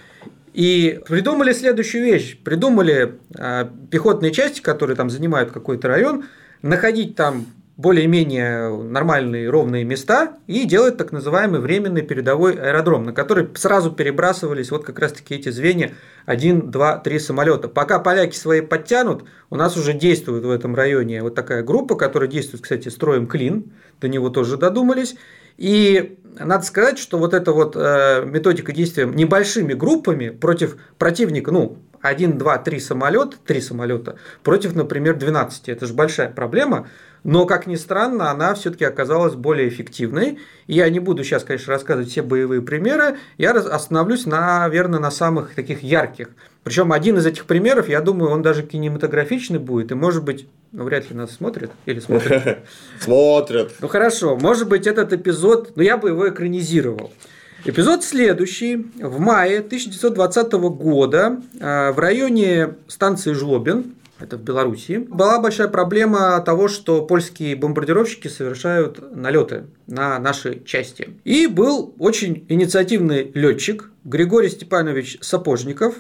И придумали следующую вещь. Придумали пехотные части, которые там занимают какой-то район, находить там более-менее нормальные ровные места и делать так называемый временный передовой аэродром, на который сразу перебрасывались вот как раз-таки эти звенья один, два, три самолета. Пока поляки свои подтянут, у нас уже действует в этом районе вот такая группа, которая действует, кстати, строем клин, до него тоже додумались. И надо сказать, что вот эта вот методика действия небольшими группами против противника, ну, один, два, три самолета, три самолета против, например, двенадцати. Это же большая проблема. Но, как ни странно, она все-таки оказалась более эффективной. И я не буду сейчас, конечно, рассказывать все боевые примеры. Я остановлюсь, наверное, на самых таких ярких. Причем один из этих примеров, я думаю, он даже кинематографичный будет. И, может быть, ну, вряд ли нас смотрят или смотрят. Смотрят. Ну, хорошо. Может быть, этот эпизод, но я бы его экранизировал. Эпизод следующий. В мае тысяча девятьсот двадцатого года в районе станции Жлобин, это в Белоруссии, была большая проблема того, что польские бомбардировщики совершают налеты на наши части. И был очень инициативный летчик Григорий Степанович Сапожников,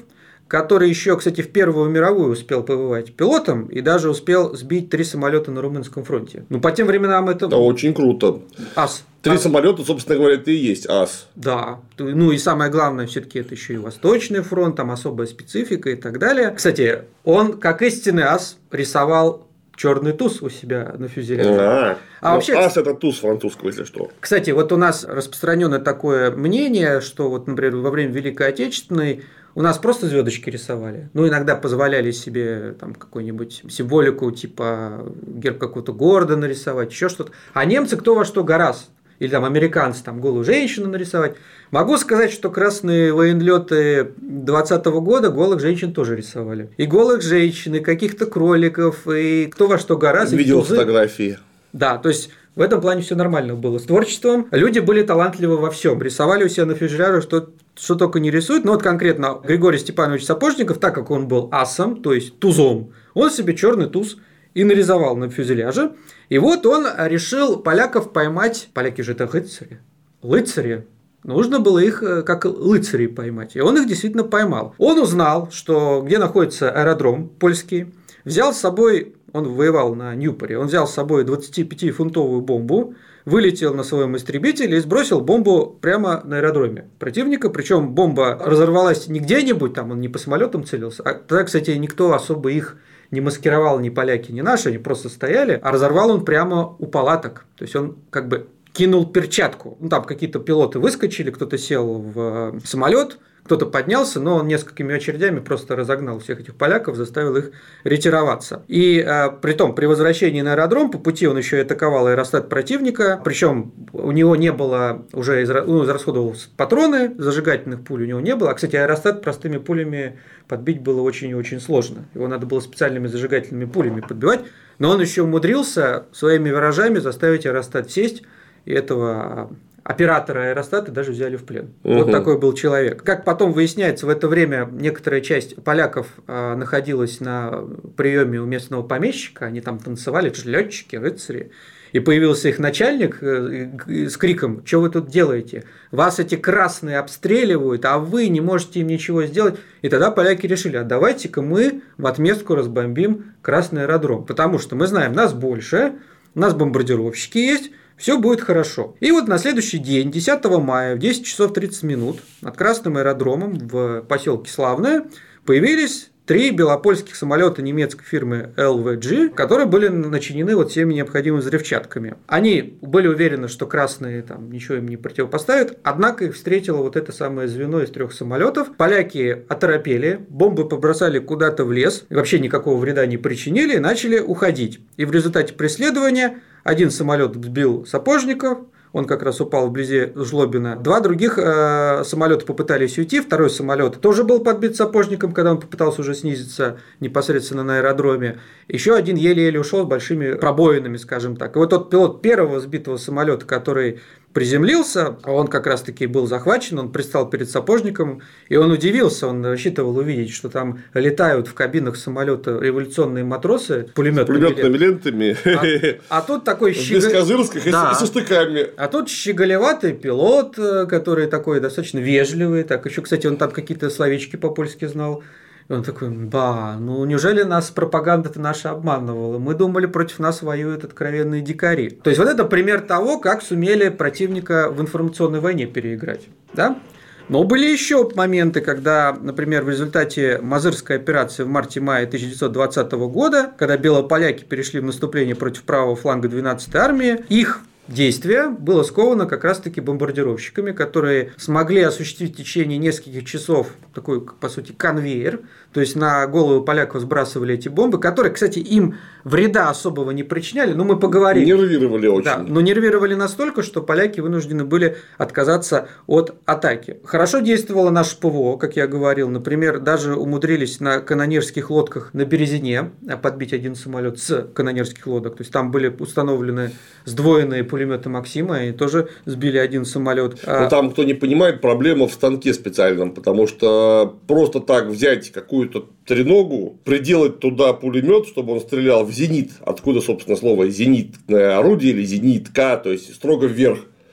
который еще, кстати, в Первую мировую успел побывать пилотом и даже успел сбить три самолета на Румынском фронте. Ну, по тем временам это... Да, очень круто. Ас. Три ас. самолета, собственно говоря, это и есть ас. Да. Ну, и самое главное, все-таки это еще и Восточный фронт, там особая специфика и так далее. Кстати, он, как истинный ас, рисовал черный туз у себя на фюзеляже. А, а ну, вообще, ас это туз французского, если что. Кстати, вот у нас распространено такое мнение, что вот, например, во время Великой Отечественной у нас просто звездочки рисовали. Ну, иногда позволяли себе там какую-нибудь символику, типа герб какого-то города нарисовать, еще что-то. А немцы кто во что гораздо. Или там американцы там голую женщину нарисовать. Могу сказать, что красные военлеты двадцатого года голых женщин тоже рисовали. И голых женщин, и каких-то кроликов, и кто во что гораздо. Видел фотографии. Да, то есть в этом плане все нормально было с творчеством. Люди были талантливы во всем. Рисовали у себя на фюзеляже, что, что только не рисуют. Но вот конкретно Григорий Степанович Сапожников, так как он был асом, то есть тузом, он себе черный туз и нарисовал на фюзеляже. И вот он решил поляков поймать. Поляки же это рыцари. Рыцари. Нужно было их как рыцарей поймать. И он их действительно поймал. Он узнал, что где находится аэродром польский. Взял с собой, он воевал на Ньюпоре, он взял с собой двадцатипятифунтовую бомбу, вылетел на своем истребителе и сбросил бомбу прямо на аэродроме противника. Причем бомба разорвалась не где-нибудь, там он не по самолетам целился. А тогда, кстати, никто особо их не маскировал, ни поляки, ни наши, они просто стояли, а разорвал он прямо у палаток. То есть он как бы кинул перчатку. Ну, там какие-то пилоты выскочили, кто-то сел в самолет, кто-то поднялся, но он несколькими очередями просто разогнал всех этих поляков, заставил их ретироваться. И а, притом при возвращении на аэродром по пути он еще и атаковал аэростат противника, причем у него не было уже изра... ну, израсходовал патроны, зажигательных пуль у него не было. А, кстати, аэростат простыми пулями подбить было очень и очень сложно. Его надо было специальными зажигательными пулями подбивать, но он еще умудрился своими виражами заставить аэростат сесть, и этого оператора аэростата даже взяли в плен. Угу. Вот такой был человек. Как потом выясняется, в это время некоторая часть поляков а, находилась на приеме у местного помещика, они там танцевали, это же летчики, рыцари. И появился их начальник с криком: «Что вы тут делаете? Вас эти красные обстреливают, а вы не можете им ничего сделать». И тогда поляки решили: а давайте-ка мы в отместку разбомбим красный аэродром, потому что мы знаем, нас больше, у нас бомбардировщики есть, все будет хорошо. И вот на следующий день, десятого мая, в десять часов тридцать минут, над Красным аэродромом в поселке Славное появились три белопольских самолета немецкой фирмы эл вэ джи, которые были начинены вот всеми необходимыми взрывчатками. Они были уверены, что красные там ничего им не противопоставят, однако их встретило вот это самое звено из трех самолетов. Поляки оторопели, бомбы побросали куда-то в лес, и вообще никакого вреда не причинили, и начали уходить. И в результате преследования один самолет сбил Сапожников, он как раз упал вблизи Жлобина. Два других э, самолета попытались уйти. Второй самолет тоже был подбит Сапожником, когда он попытался уже снизиться непосредственно на аэродроме. Еще один еле-еле ушел с большими пробоинами, скажем так. И вот тот пилот первого сбитого самолета, который приземлился, он как раз-таки был захвачен, он предстал перед Сапожником, и он удивился, он рассчитывал увидеть, что там летают в кабинах самолета революционные матросы с пулеметными, пулеметными лентами, а, а тут такой щеголь... без козырских да. и со штыками. А тут щеголеватый пилот, который такой достаточно вежливый, так еще, кстати, он там какие-то словечки по-польски знал. И он такой: ба, ну неужели нас пропаганда-то наша обманывала? Мы думали, против нас воюют откровенные дикари. То есть вот это пример того, как сумели противника в информационной войне переиграть. Да? Но были еще моменты, когда, например, в результате Мазырской операции в марте-мае тысяча девятьсот двадцатого года, когда белополяки перешли в наступление против правого фланга двенадцатой армии, их действие было сковано как раз-таки бомбардировщиками, которые смогли осуществить в течение нескольких часов такой, по сути, конвейер. То есть на голову поляков сбрасывали эти бомбы, которые, кстати, им вреда особого не причиняли, но мы поговорили. Нервировали очень. Да, но нервировали настолько, что поляки вынуждены были отказаться от атаки. Хорошо действовало наше ПВО, как я говорил. Например, даже умудрились на канонерских лодках на Березине подбить один самолет с канонерских лодок. То есть там были установлены сдвоенные пулеметы Максима и тоже сбили один самолет. Но там, кто не понимает, проблема в станке специальном, потому что просто так взять какую какую-то треногу, приделать туда пулемет, чтобы он стрелял в зенит, откуда, собственно, слово зенитное орудие или зенитка, то есть строго вверх.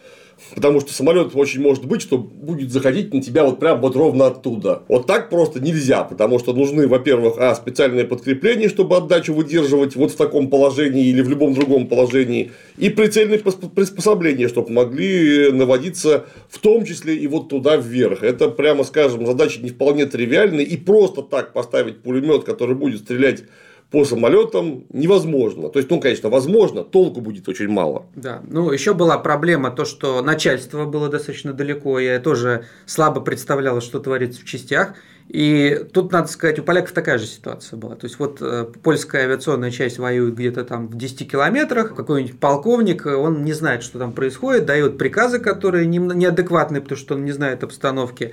Потому что самолет очень может быть, что будет заходить на тебя вот прям вот ровно оттуда. Вот так просто нельзя, потому что нужны, во-первых, а, специальные подкрепления, чтобы отдачу выдерживать вот в таком положении или в любом другом положении, и прицельные приспособления, чтобы могли наводиться в том числе и вот туда вверх. Это, прямо скажем, задача не вполне тривиальная, и просто так поставить пулемет, который будет стрелять по самолетам, невозможно. То есть, ну, конечно, возможно, толку будет очень мало. Да, ну, еще была проблема то, что начальство было достаточно далеко, я тоже слабо представляла, что творится в частях. И тут, надо сказать, у поляков такая же ситуация была. То есть, вот польская авиационная часть воюет где-то там в десяти километрах, какой-нибудь полковник, он не знает, что там происходит, дает приказы, которые неадекватные, потому что он не знает обстановки.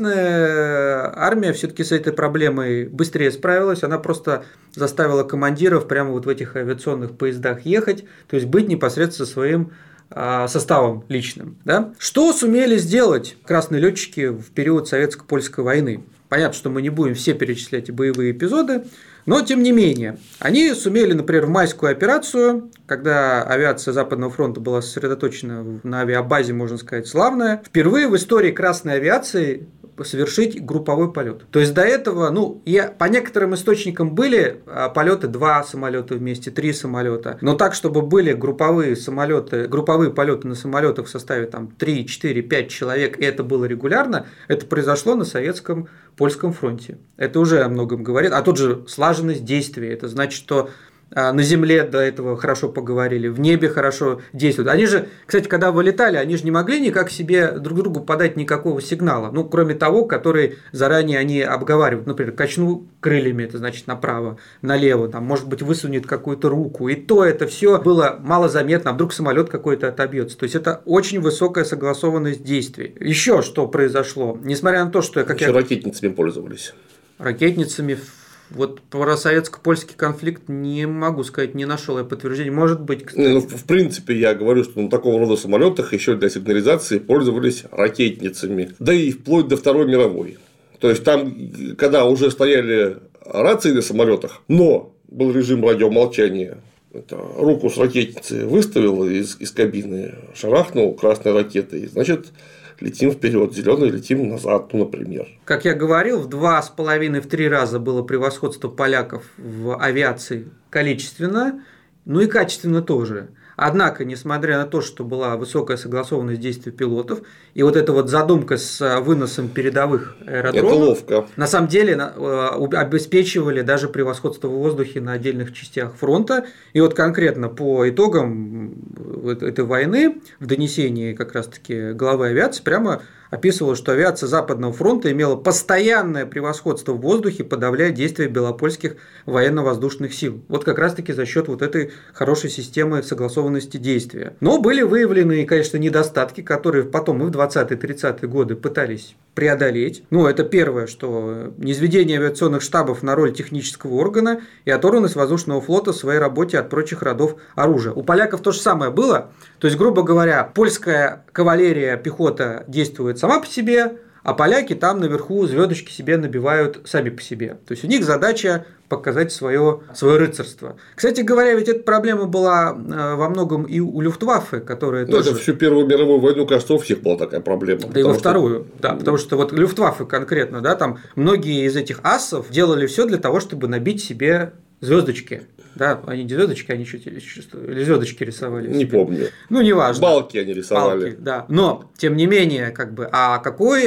Красная армия все-таки с этой проблемой быстрее справилась, она просто заставила командиров прямо вот в этих авиационных поездах ехать, то есть быть непосредственно со своим составом личным. Да? Что сумели сделать красные летчики в период советско-польской войны? Понятно, что мы не будем все перечислять боевые эпизоды, но тем не менее, они сумели, например, в майскую операцию, когда авиация Западного фронта была сосредоточена на авиабазе, можно сказать, славная, впервые в истории красной авиации совершить групповой полет. То есть до этого, ну, я, по некоторым источникам были полеты два самолета вместе, три самолета, но так, чтобы были групповые самолеты, групповые полеты на самолетах в составе там три, четыре, пять человек, и это было регулярно, это произошло на советском польском фронте. Это уже о многом говорит. А тут же слаженность действий. Это значит, что на земле до этого хорошо поговорили, в небе хорошо действуют. Они же, кстати, когда вылетали, они же не могли никак себе друг другу подать никакого сигнала, ну, кроме того, который заранее они обговаривают. Например, качну крыльями, это значит направо, налево, там, может быть, высунет какую-то руку. И то это все было малозаметно, а вдруг самолет какой-то отобьется. То есть, это очень высокая согласованность действий. Еще что произошло, несмотря на то, что... Как Еще я... ракетницами пользовались. Ракетницами... Вот про советско-польский конфликт не могу сказать, не нашел я подтверждения. Может быть, кстати. Ну, в принципе, я говорю, что на такого рода самолетах еще для сигнализации пользовались ракетницами. Да и вплоть до Второй мировой. То есть, там, когда уже стояли рации на самолетах, но был режим радиомолчания, это, руку с ракетницы выставил из, из кабины, шарахнул красной ракетой, значит, летим вперед, зеленый летим назад, ну, например. Как я говорил, в два с половиной, в три раза было превосходство поляков в авиации количественно, ну и качественно тоже. Однако, несмотря на то, что была высокая согласованность действий пилотов, и вот эта вот задумка с выносом передовых аэродромов, это ловко. На самом деле обеспечивали даже превосходство в воздухе на отдельных частях фронта. И вот конкретно по итогам этой войны в донесении как раз-таки главы авиации прямо описывалось, что авиация Западного фронта имела постоянное превосходство в воздухе, подавляя действия белопольских военно-воздушных сил. Вот как раз-таки за счет вот этой хорошей системы согласованности действия. Но были выявлены, конечно, недостатки, которые потом и в двадцатые-тридцатые годы пытались преодолеть. Ну, это первое, что низведение авиационных штабов на роль технического органа и оторванность воздушного флота в своей работе от прочих родов оружия. У поляков то же самое было. То есть, грубо говоря, польская кавалерия, пехота действует сама по себе, а поляки там наверху звездочки себе набивают сами по себе. То есть, у них задача показать свое, свое рыцарство. Кстати говоря, ведь эта проблема была во многом и у Люфтваффе, которая ну, тоже... Это всю Первую мировую войну, кажется, у всех была такая проблема. Да и во вторую, что... да, потому что вот Люфтваффе конкретно, да, там многие из этих асов делали все для того, чтобы набить себе звездочки. Да, они не звездочки, они что-то или звездочки рисовали. Не помню. Ну, неважно. Балки они рисовали. Балки, да. Но, тем не менее, как бы, а какой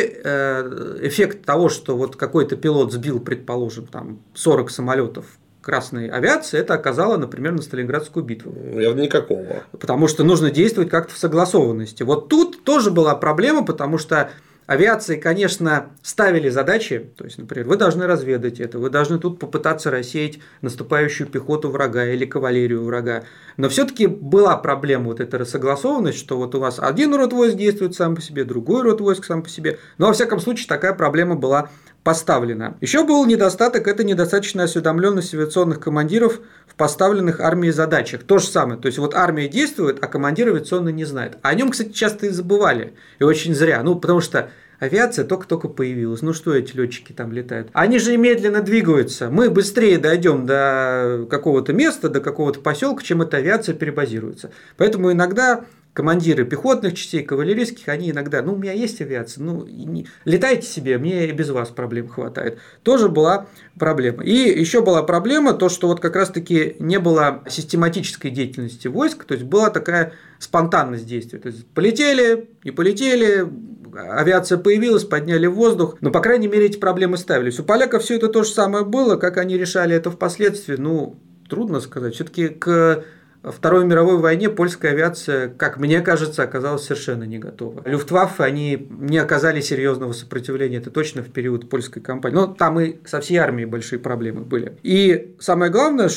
эффект того, что вот какой-то пилот сбил, предположим, там сорок самолетов красной авиации, это оказало, например, на Сталинградскую битву. Наверное, никакого. Потому что нужно действовать как-то в согласованности. Вот тут тоже была проблема, потому что авиации, конечно, ставили задачи, то есть, например, вы должны разведать это, вы должны тут попытаться рассеять наступающую пехоту врага или кавалерию врага. Но все-таки была проблема вот эта рассогласованность, что вот у вас один род войск действует сам по себе, другой род войск сам по себе. Но, во всяком случае, такая проблема была поставлена. Еще был недостаток – это недостаточная осведомленность авиационных командиров в поставленных армией задачах. То же самое. То есть, вот армия действует, а командир авиационный не знает. О нем, кстати, часто и забывали. И очень зря. Ну, потому что авиация только-только появилась. Ну, что эти летчики там летают? Они же медленно двигаются. Мы быстрее дойдем до какого-то места, до какого-то поселка, чем эта авиация перебазируется. Поэтому иногда командиры пехотных частей, кавалерийских, они иногда, ну, у меня есть авиация, ну, не, летайте себе, мне и без вас проблем хватает. Тоже была проблема. И еще была проблема, то, что вот как раз-таки не было систематической деятельности войск, то есть была такая спонтанность действий. То есть полетели, не полетели, авиация появилась, подняли в воздух, но, по крайней мере, эти проблемы ставились. У поляков все это то же самое было, как они решали это впоследствии, ну, трудно сказать. Все-таки к Второй мировой войне польская авиация, как мне кажется, оказалась совершенно не готова. Люфтваффе, они не оказали серьезного сопротивления, это точно в период польской кампании. Но там и со всей армией большие проблемы были. И самое главное,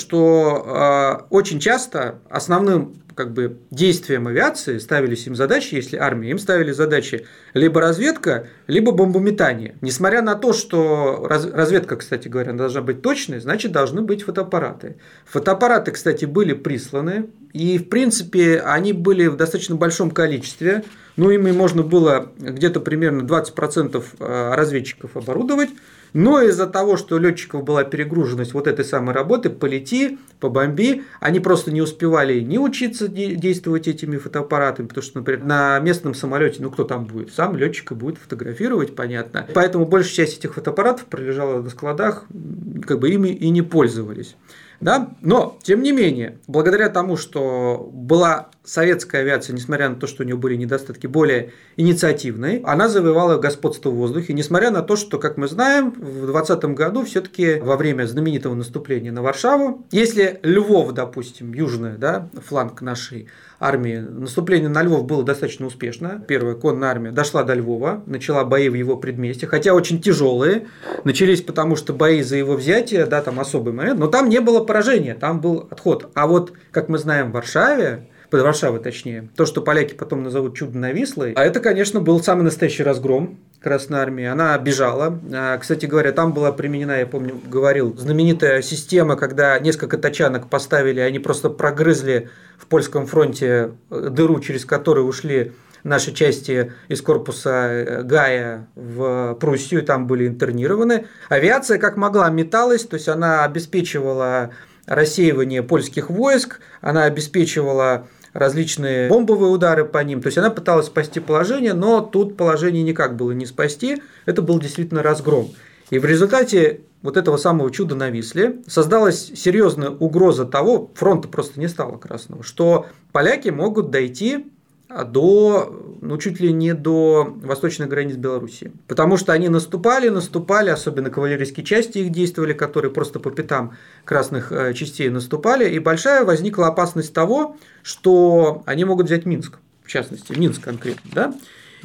что э, очень часто основным как бы действием авиации ставились им задачи, если армия, им ставили задачи либо разведка, либо бомбометание. Несмотря на то, что разведка, кстати говоря, должна быть точной, значит, должны быть фотоаппараты. Фотоаппараты, кстати, были присланы, и, в принципе, они были в достаточно большом количестве, ну, ими можно было где-то примерно двадцать процентов разведчиков оборудовать. Но из-за того, что у летчиков была перегруженность вот этой самой работы, полети, побомби, они просто не успевали ни учиться действовать этими фотоаппаратами, потому что, например, на местном самолете, ну кто там будет? Сам летчик будет фотографировать, понятно. Поэтому большая часть этих фотоаппаратов пролежала на складах, как бы ими и не пользовались. Да? Но, тем не менее, благодаря тому, что была советская авиация, несмотря на то, что у нее были недостатки, более инициативной, она завоевала господство в воздухе, несмотря на то, что, как мы знаем, в двадцатом году все-таки во время знаменитого наступления на Варшаву, если Львов, допустим, южный, да, фланг нашей армии, наступление на Львов было достаточно успешно, первая конная армия дошла до Львова, начала бои в его предместье, хотя очень тяжелые, начались потому, что бои за его взятие, да, там особый момент, но там не было поражения, там был отход. А вот, как мы знаем, в Варшаве, под Варшавой точнее, то, что поляки потом назовут чудо-навислой, а это, конечно, был самый настоящий разгром Красной Армии. Она бежала. Кстати говоря, там была применена, я помню, говорил, знаменитая система, когда несколько тачанок поставили, они просто прогрызли в польском фронте дыру, через которую ушли наши части из корпуса Гая в Пруссию, там были интернированы. Авиация как могла металась, то есть она обеспечивала рассеивание польских войск, она обеспечивала различные бомбовые удары по ним, то есть она пыталась спасти положение, но тут положение никак было не спасти, это был действительно разгром. И в результате вот этого самого чуда на Висле создалась серьезная угроза того, фронта просто не стало красного, что поляки могут дойти до, ну, чуть ли не до восточных границ Белоруссии. Потому что они наступали, наступали, особенно кавалерийские части их действовали, которые просто по пятам красных частей наступали, и большая возникла опасность того, что они могут взять Минск, в частности, Минск конкретно, да?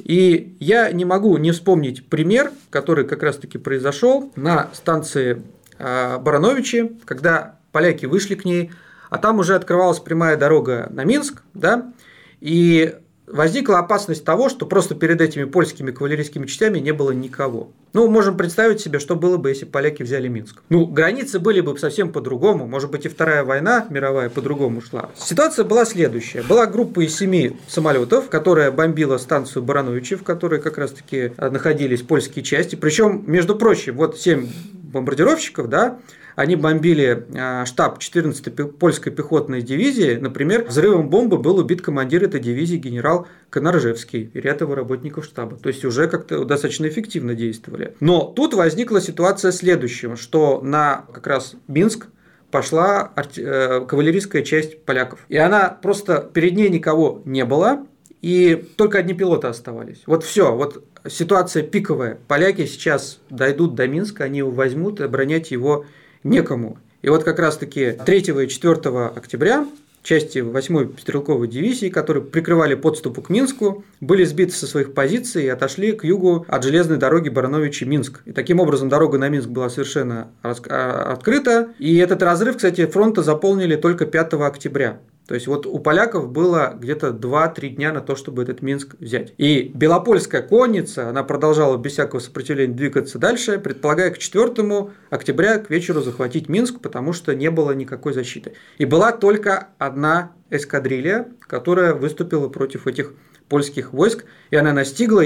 И я не могу не вспомнить пример, который как раз-таки произошел на станции Барановичи, когда поляки вышли к ней, а там уже открывалась прямая дорога на Минск, да? И возникла опасность того, что просто перед этими польскими кавалерийскими частями не было никого. Ну, можем представить себе, что было бы, если поляки взяли Минск. Ну, границы были бы совсем по-другому, может быть, и Вторая война мировая по-другому шла. Ситуация была следующая. Была группа из семи самолетов, которая бомбила станцию Барановичи, в которой как раз-таки находились польские части. Причем, между прочим, вот семь бомбардировщиков, да, они бомбили штаб четырнадцатой польской пехотной дивизии. Например, взрывом бомбы был убит командир этой дивизии генерал Коноржевский и ряд его работников штаба. То есть уже как-то достаточно эффективно действовали. Но тут возникла ситуация следующего, что на как раз Минск пошла кавалерийская часть поляков. И она просто, перед ней никого не было, и только одни пилоты оставались. Вот все, вот ситуация пиковая. Поляки сейчас дойдут до Минска, они его возьмут, и оборонять его некому. И вот как раз-таки третьего и четвёртого октября части восьмой стрелковой дивизии, которые прикрывали подступы к Минску, были сбиты со своих позиций и отошли к югу от железной дороги Барановичи-Минск. И таким образом дорога на Минск была совершенно открыта. И этот разрыв, кстати, фронта заполнили только пятого октября. То есть вот у поляков было где-то два-три дня на то, чтобы этот Минск взять. И Белопольская конница, она продолжала без всякого сопротивления двигаться дальше, предполагая к четвёртому октября к вечеру захватить Минск, потому что не было никакой защиты. И была только одна эскадрилья, которая выступила против этих польских войск, и она настигла их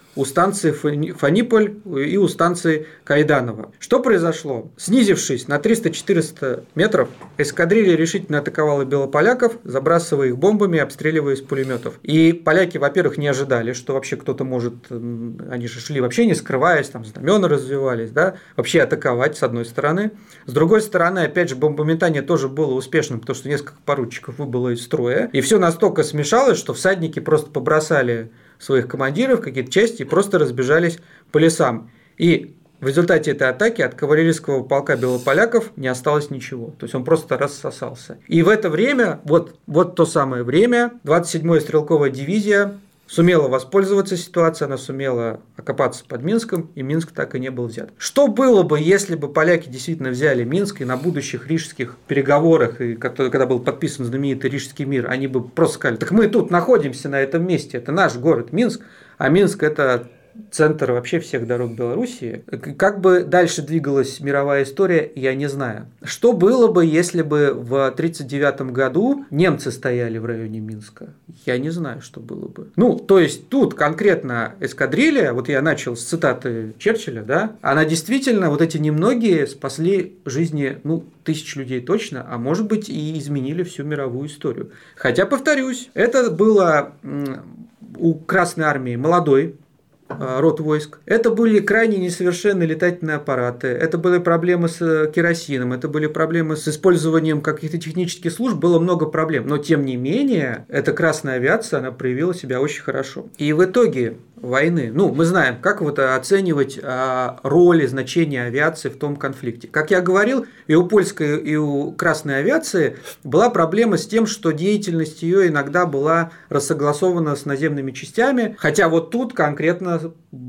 у станции Фаниполь и у станции Кайданово. Что произошло? Снизившись на триста-четыреста метров, эскадрилья решительно атаковала белополяков, забрасывая их бомбами и обстреливая из пулеметов. И поляки, во-первых, не ожидали, что вообще кто-то может, они же шли вообще не скрываясь, там знамена развивались, да, вообще атаковать с одной стороны. С другой стороны, опять же, бомбометание тоже было успешным, потому что несколько поручиков выбыло из строя. И все настолько смешалось, что всадники просто побросали своих командиров, какие-то части, и просто разбежались по лесам. И в результате этой атаки от кавалерийского полка белополяков не осталось ничего. То есть он просто рассосался. И в это время, вот, вот то самое время, двадцать седьмая стрелковая дивизия сумела воспользоваться ситуацией, она сумела окопаться под Минском, и Минск так и не был взят. Что было бы, если бы поляки действительно взяли Минск, и на будущих рижских переговорах, и когда был подписан знаменитый Рижский мир, они бы просто сказали: так мы тут находимся на этом месте, это наш город Минск, а Минск – это центр вообще всех дорог Белоруссии. Как бы дальше двигалась мировая история, я не знаю. Что было бы, если бы в тридцать девятом году немцы стояли в районе Минска? Я не знаю, что было бы. Ну, то есть тут конкретно эскадрилья, вот я начал с цитаты Черчилля, да, она действительно, вот эти немногие спасли жизни, ну, тысяч людей точно, а может быть и изменили всю мировую историю. Хотя, повторюсь, это было у Красной Армии молодой род войск. Это были крайне несовершенные летательные аппараты, это были проблемы с керосином, это были проблемы с использованием каких-то технических служб, было много проблем. Но, тем не менее, эта красная авиация, она проявила себя очень хорошо. И в итоге войны, ну, мы знаем, как вот оценивать роль и значение авиации в том конфликте. Как я говорил, и у польской, и у красной авиации была проблема с тем, что деятельность ее иногда была рассогласована с наземными частями, хотя вот тут конкретно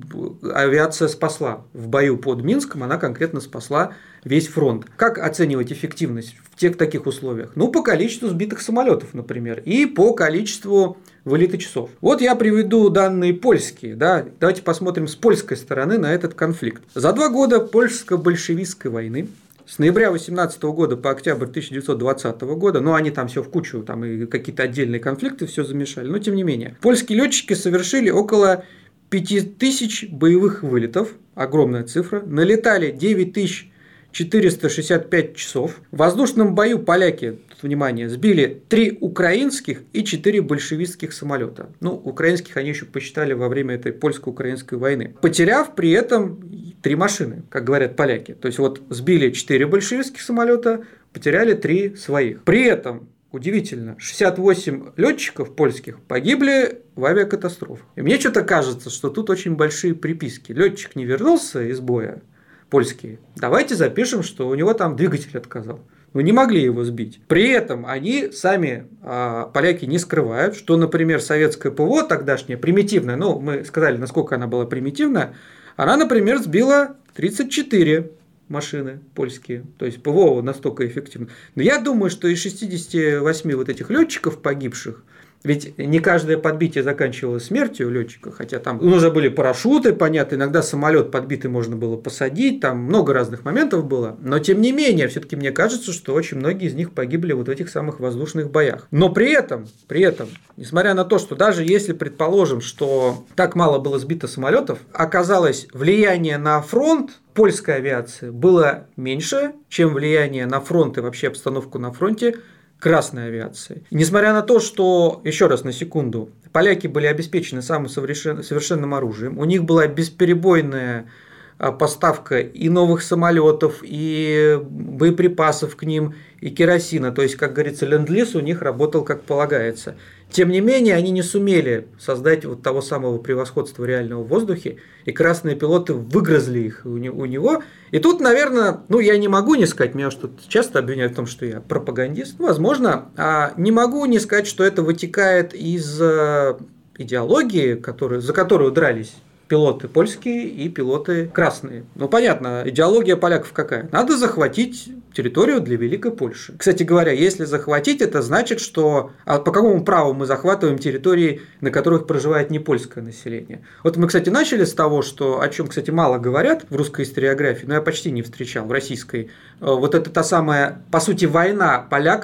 авиация спасла. В бою под Минском она конкретно спасла весь фронт. Как оценивать эффективность в тех таких условиях? Ну, по количеству сбитых самолетов, например, и по количеству вылета часов. Вот я приведу данные польские. Да? Давайте посмотрим с польской стороны на этот конфликт. За два года польско-большевистской войны, с ноября восемнадцатого года по октябрь тысяча девятьсот двадцатого года, ну, они там все в кучу, там и какие-то отдельные конфликты все замешали, но тем не менее. Польские летчики совершили около пять тысяч боевых вылетов, огромная цифра, налетали девять тысяч четыреста шестьдесят пять часов. В воздушном бою поляки, тут, внимание, сбили три украинских и четыре большевистских самолета. Ну, украинских они еще посчитали во время этой польско-украинской войны. Потеряв при этом три машины, как говорят поляки. То есть вот сбили четыре большевистских самолета, потеряли три своих. При этом удивительно, шестьдесят восемь летчиков польских погибли в авиакатастрофах. И мне что-то кажется, что тут очень большие приписки. Летчик не вернулся из боя, польские. Давайте запишем, что у него там двигатель отказал. Ну, не могли его сбить. При этом они сами, а, поляки, не скрывают, что, например, советское ПВО тогдашнее, примитивное, ну, мы сказали, насколько она была примитивная, она, например, сбила тридцать четыре машины польские, то есть ПВО настолько эффективно. Но я думаю, что из шестидесяти восьми вот этих летчиков погибших, ведь не каждое подбитие заканчивалось смертью летчика, хотя там уже были парашюты, понятно, иногда самолет подбитый можно было посадить, там много разных моментов было, но тем не менее, все-таки мне кажется, что очень многие из них погибли вот в этих самых воздушных боях. Но при этом, при этом, несмотря на то, что даже если предположим, что так мало было сбито самолетов, оказалось влияние на фронт польской авиации было меньше, чем влияние на фронт и вообще обстановку на фронте красной авиации. Несмотря на то, что, еще раз на секунду, поляки были обеспечены самым совершенным оружием, у них была бесперебойная поставка и новых самолетов, и боеприпасов к ним, и керосина, то есть, как говорится, ленд-лиз у них работал как полагается. Тем не менее, они не сумели создать вот того самого превосходства реального в воздухе, и красные пилоты выгрызли их у него. И тут, наверное, ну, я не могу не сказать, меня что часто обвиняют в том, что я пропагандист, возможно, а не могу не сказать, что это вытекает из идеологии, которые, за которую дрались пилоты польские и пилоты красные. Ну, понятно, идеология поляков какая? Надо захватить территорию для Великой Польши. Кстати говоря, если захватить, это значит, что... А по какому праву мы захватываем территории, на которых проживает не польское население? Вот мы, кстати, начали с того, что, о чем, кстати, мало говорят в русской историографии, но я почти не встречал в российской. Вот это та самая, по сути, война поляков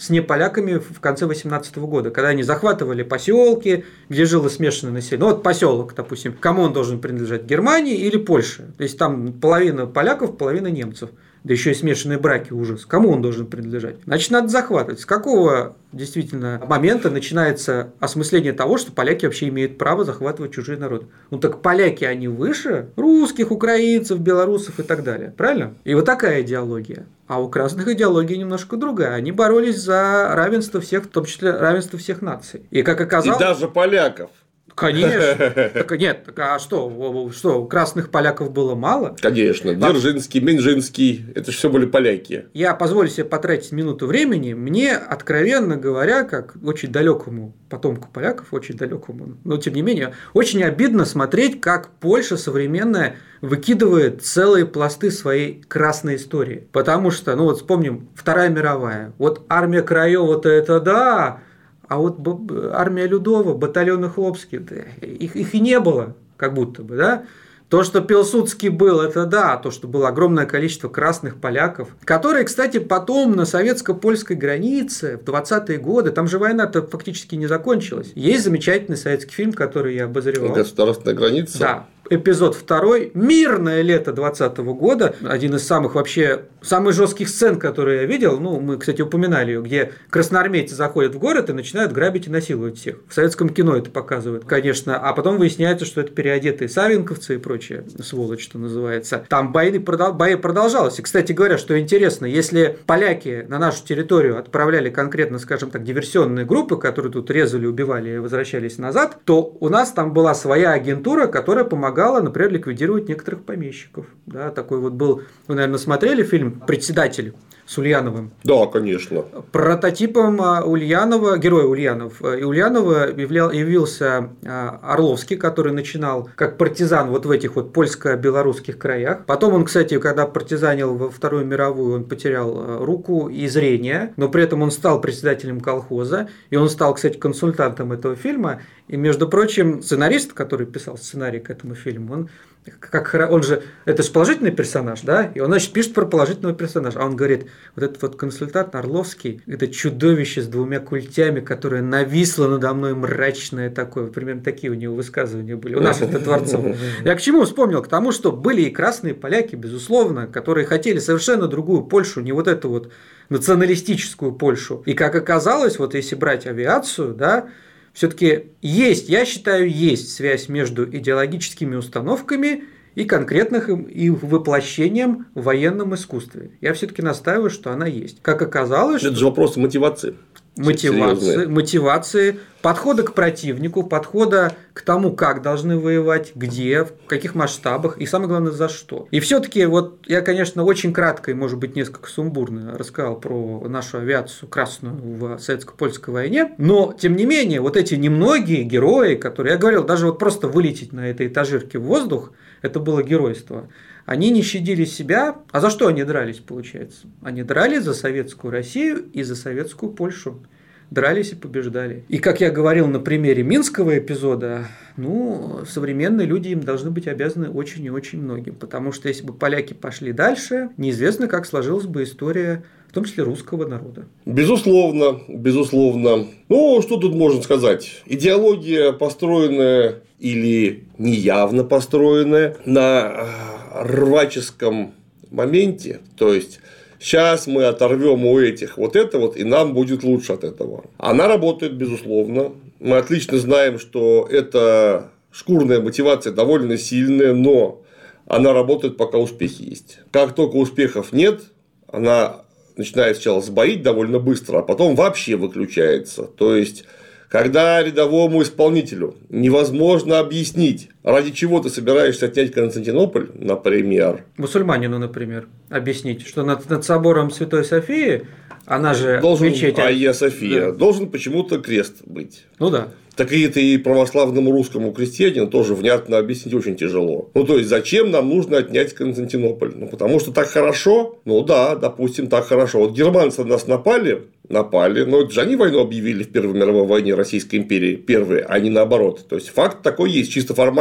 с неполяками в конце восемнадцатого года, когда они захватывали поселки, где жило смешанное население. Ну, вот поселок, допустим, кому он должен принадлежать, Германии или Польше? То есть там половина поляков, половина немцев. Да еще и смешанные браки, ужас. Кому он должен принадлежать? Значит, надо захватывать. С какого действительно момента начинается осмысление того, что поляки вообще имеют право захватывать чужие народы? Ну так поляки, они выше русских, украинцев, белорусов и так далее. Правильно? И вот такая идеология. А у красных идеология немножко другая. Они боролись за равенство всех, в том числе равенство всех наций. И как оказалось... И даже поляков. Конечно. Так, нет, так, а что, что, красных поляков было мало? Конечно. Дзержинский, Минжинский, это же все были поляки. Я позволю себе потратить минуту времени. Мне, откровенно говоря, как очень далекому потомку поляков, очень далекому, но тем не менее, очень обидно смотреть, как Польша современная выкидывает целые пласты своей красной истории. Потому что, ну вот вспомним, Вторая мировая. Вот армия Краёва-то это да. А вот армия Людова, батальоны Хлопские, их, их и не было, как будто бы, да? То, что Пилсудский был, это да, то, что было огромное количество красных поляков, которые, кстати, потом на советско-польской границе в двадцатые годы, там же война-то фактически не закончилась. Есть замечательный советский фильм, который я обозревал. Государственная граница. Да. Эпизод второй. Мирное лето двадцатого года. Один из самых вообще, самых жестких сцен, которые я видел. Ну, мы, кстати, упоминали ее, где красноармейцы заходят в город и начинают грабить и насиловать всех. В советском кино это показывают, конечно. А потом выясняется, что это переодетые савенковцы и прочее, сволочь, что называется. Там бои, бои продолжалось. И, кстати говоря, что интересно, если поляки на нашу территорию отправляли конкретно, скажем так, диверсионные группы, которые тут резали, убивали и возвращались назад, то у нас там была своя агентура, которая помогала, например, ликвидировать некоторых помещиков. Да, такой вот был, вы, наверное, смотрели фильм «Председатель» с Ульяновым? Да, конечно. Прототипом Ульянова, героя Ульянов, и Ульянова являл, явился Орловский, который начинал как партизан вот в этих вот польско-белорусских краях. Потом он, кстати, когда партизанил во Вторую мировую, он потерял руку и зрение, но при этом он стал председателем колхоза, и он стал, кстати, консультантом этого фильма. И, между прочим, сценарист, который писал сценарий к этому фильму, он, как, он же, это же положительный персонаж, да, и он, значит, пишет про положительного персонажа, а он говорит, вот этот вот консультант Орловский, это чудовище с двумя культями, которое нависло надо мной мрачное такое, примерно такие у него высказывания были, у нас это Творцов. Я к чему вспомнил? К тому, что были и красные поляки, безусловно, которые хотели совершенно другую Польшу, не вот эту вот националистическую Польшу. И, как оказалось, вот если брать авиацию, да, все-таки есть, я считаю, есть связь между идеологическими установками и конкретным и воплощением в военном искусстве. Я все-таки настаиваю, что она есть. Как оказалось, это же вопрос мотивации. Мотивации, мотивации, подхода к противнику, подхода к тому, как должны воевать, где, в каких масштабах и, самое главное, за что. И все-таки вот я, конечно, очень кратко и, может быть, несколько сумбурно рассказал про нашу авиацию красную в советско-польской войне, но, тем не менее, вот эти немногие герои, которые, я говорил, даже вот просто вылететь на этой этажерке в воздух, это было геройство. Они не щадили себя. А за что они дрались, получается? Они дрались за советскую Россию и за советскую Польшу. Дрались и побеждали. И, как я говорил на примере Минского эпизода, ну, современные люди им должны быть обязаны очень и очень многим. Потому что если бы поляки пошли дальше, неизвестно, как сложилась бы история, в том числе русского народа. Безусловно, безусловно. Ну, что тут можно сказать? Идеология, построенная или неявно построенная на рваческом моменте, то есть сейчас мы оторвем у этих вот это вот, и нам будет лучше от этого. Она работает, безусловно. Мы отлично знаем, что эта шкурная мотивация довольно сильная, но она работает, пока успехи есть. Как только успехов нет, она начинает сначала сбоить довольно быстро, а потом вообще выключается. То есть, когда рядовому исполнителю невозможно объяснить, ради чего ты собираешься отнять Константинополь, например. Мусульманину, например, объяснить, что над, над собором Святой Софии, она же должен, мечеть. Айя София, да. Должен почему-то крест быть. Ну да. Так и это и православному русскому крестьянину тоже внятно объяснить очень тяжело. Ну, то есть, зачем нам нужно отнять Константинополь? Ну, потому что так хорошо? Ну, да, допустим, так хорошо. Вот германцы на нас напали, напали, но это же они войну объявили в Первой мировой войне Российской империи, первые, а не наоборот. То есть, факт такой есть, чисто формально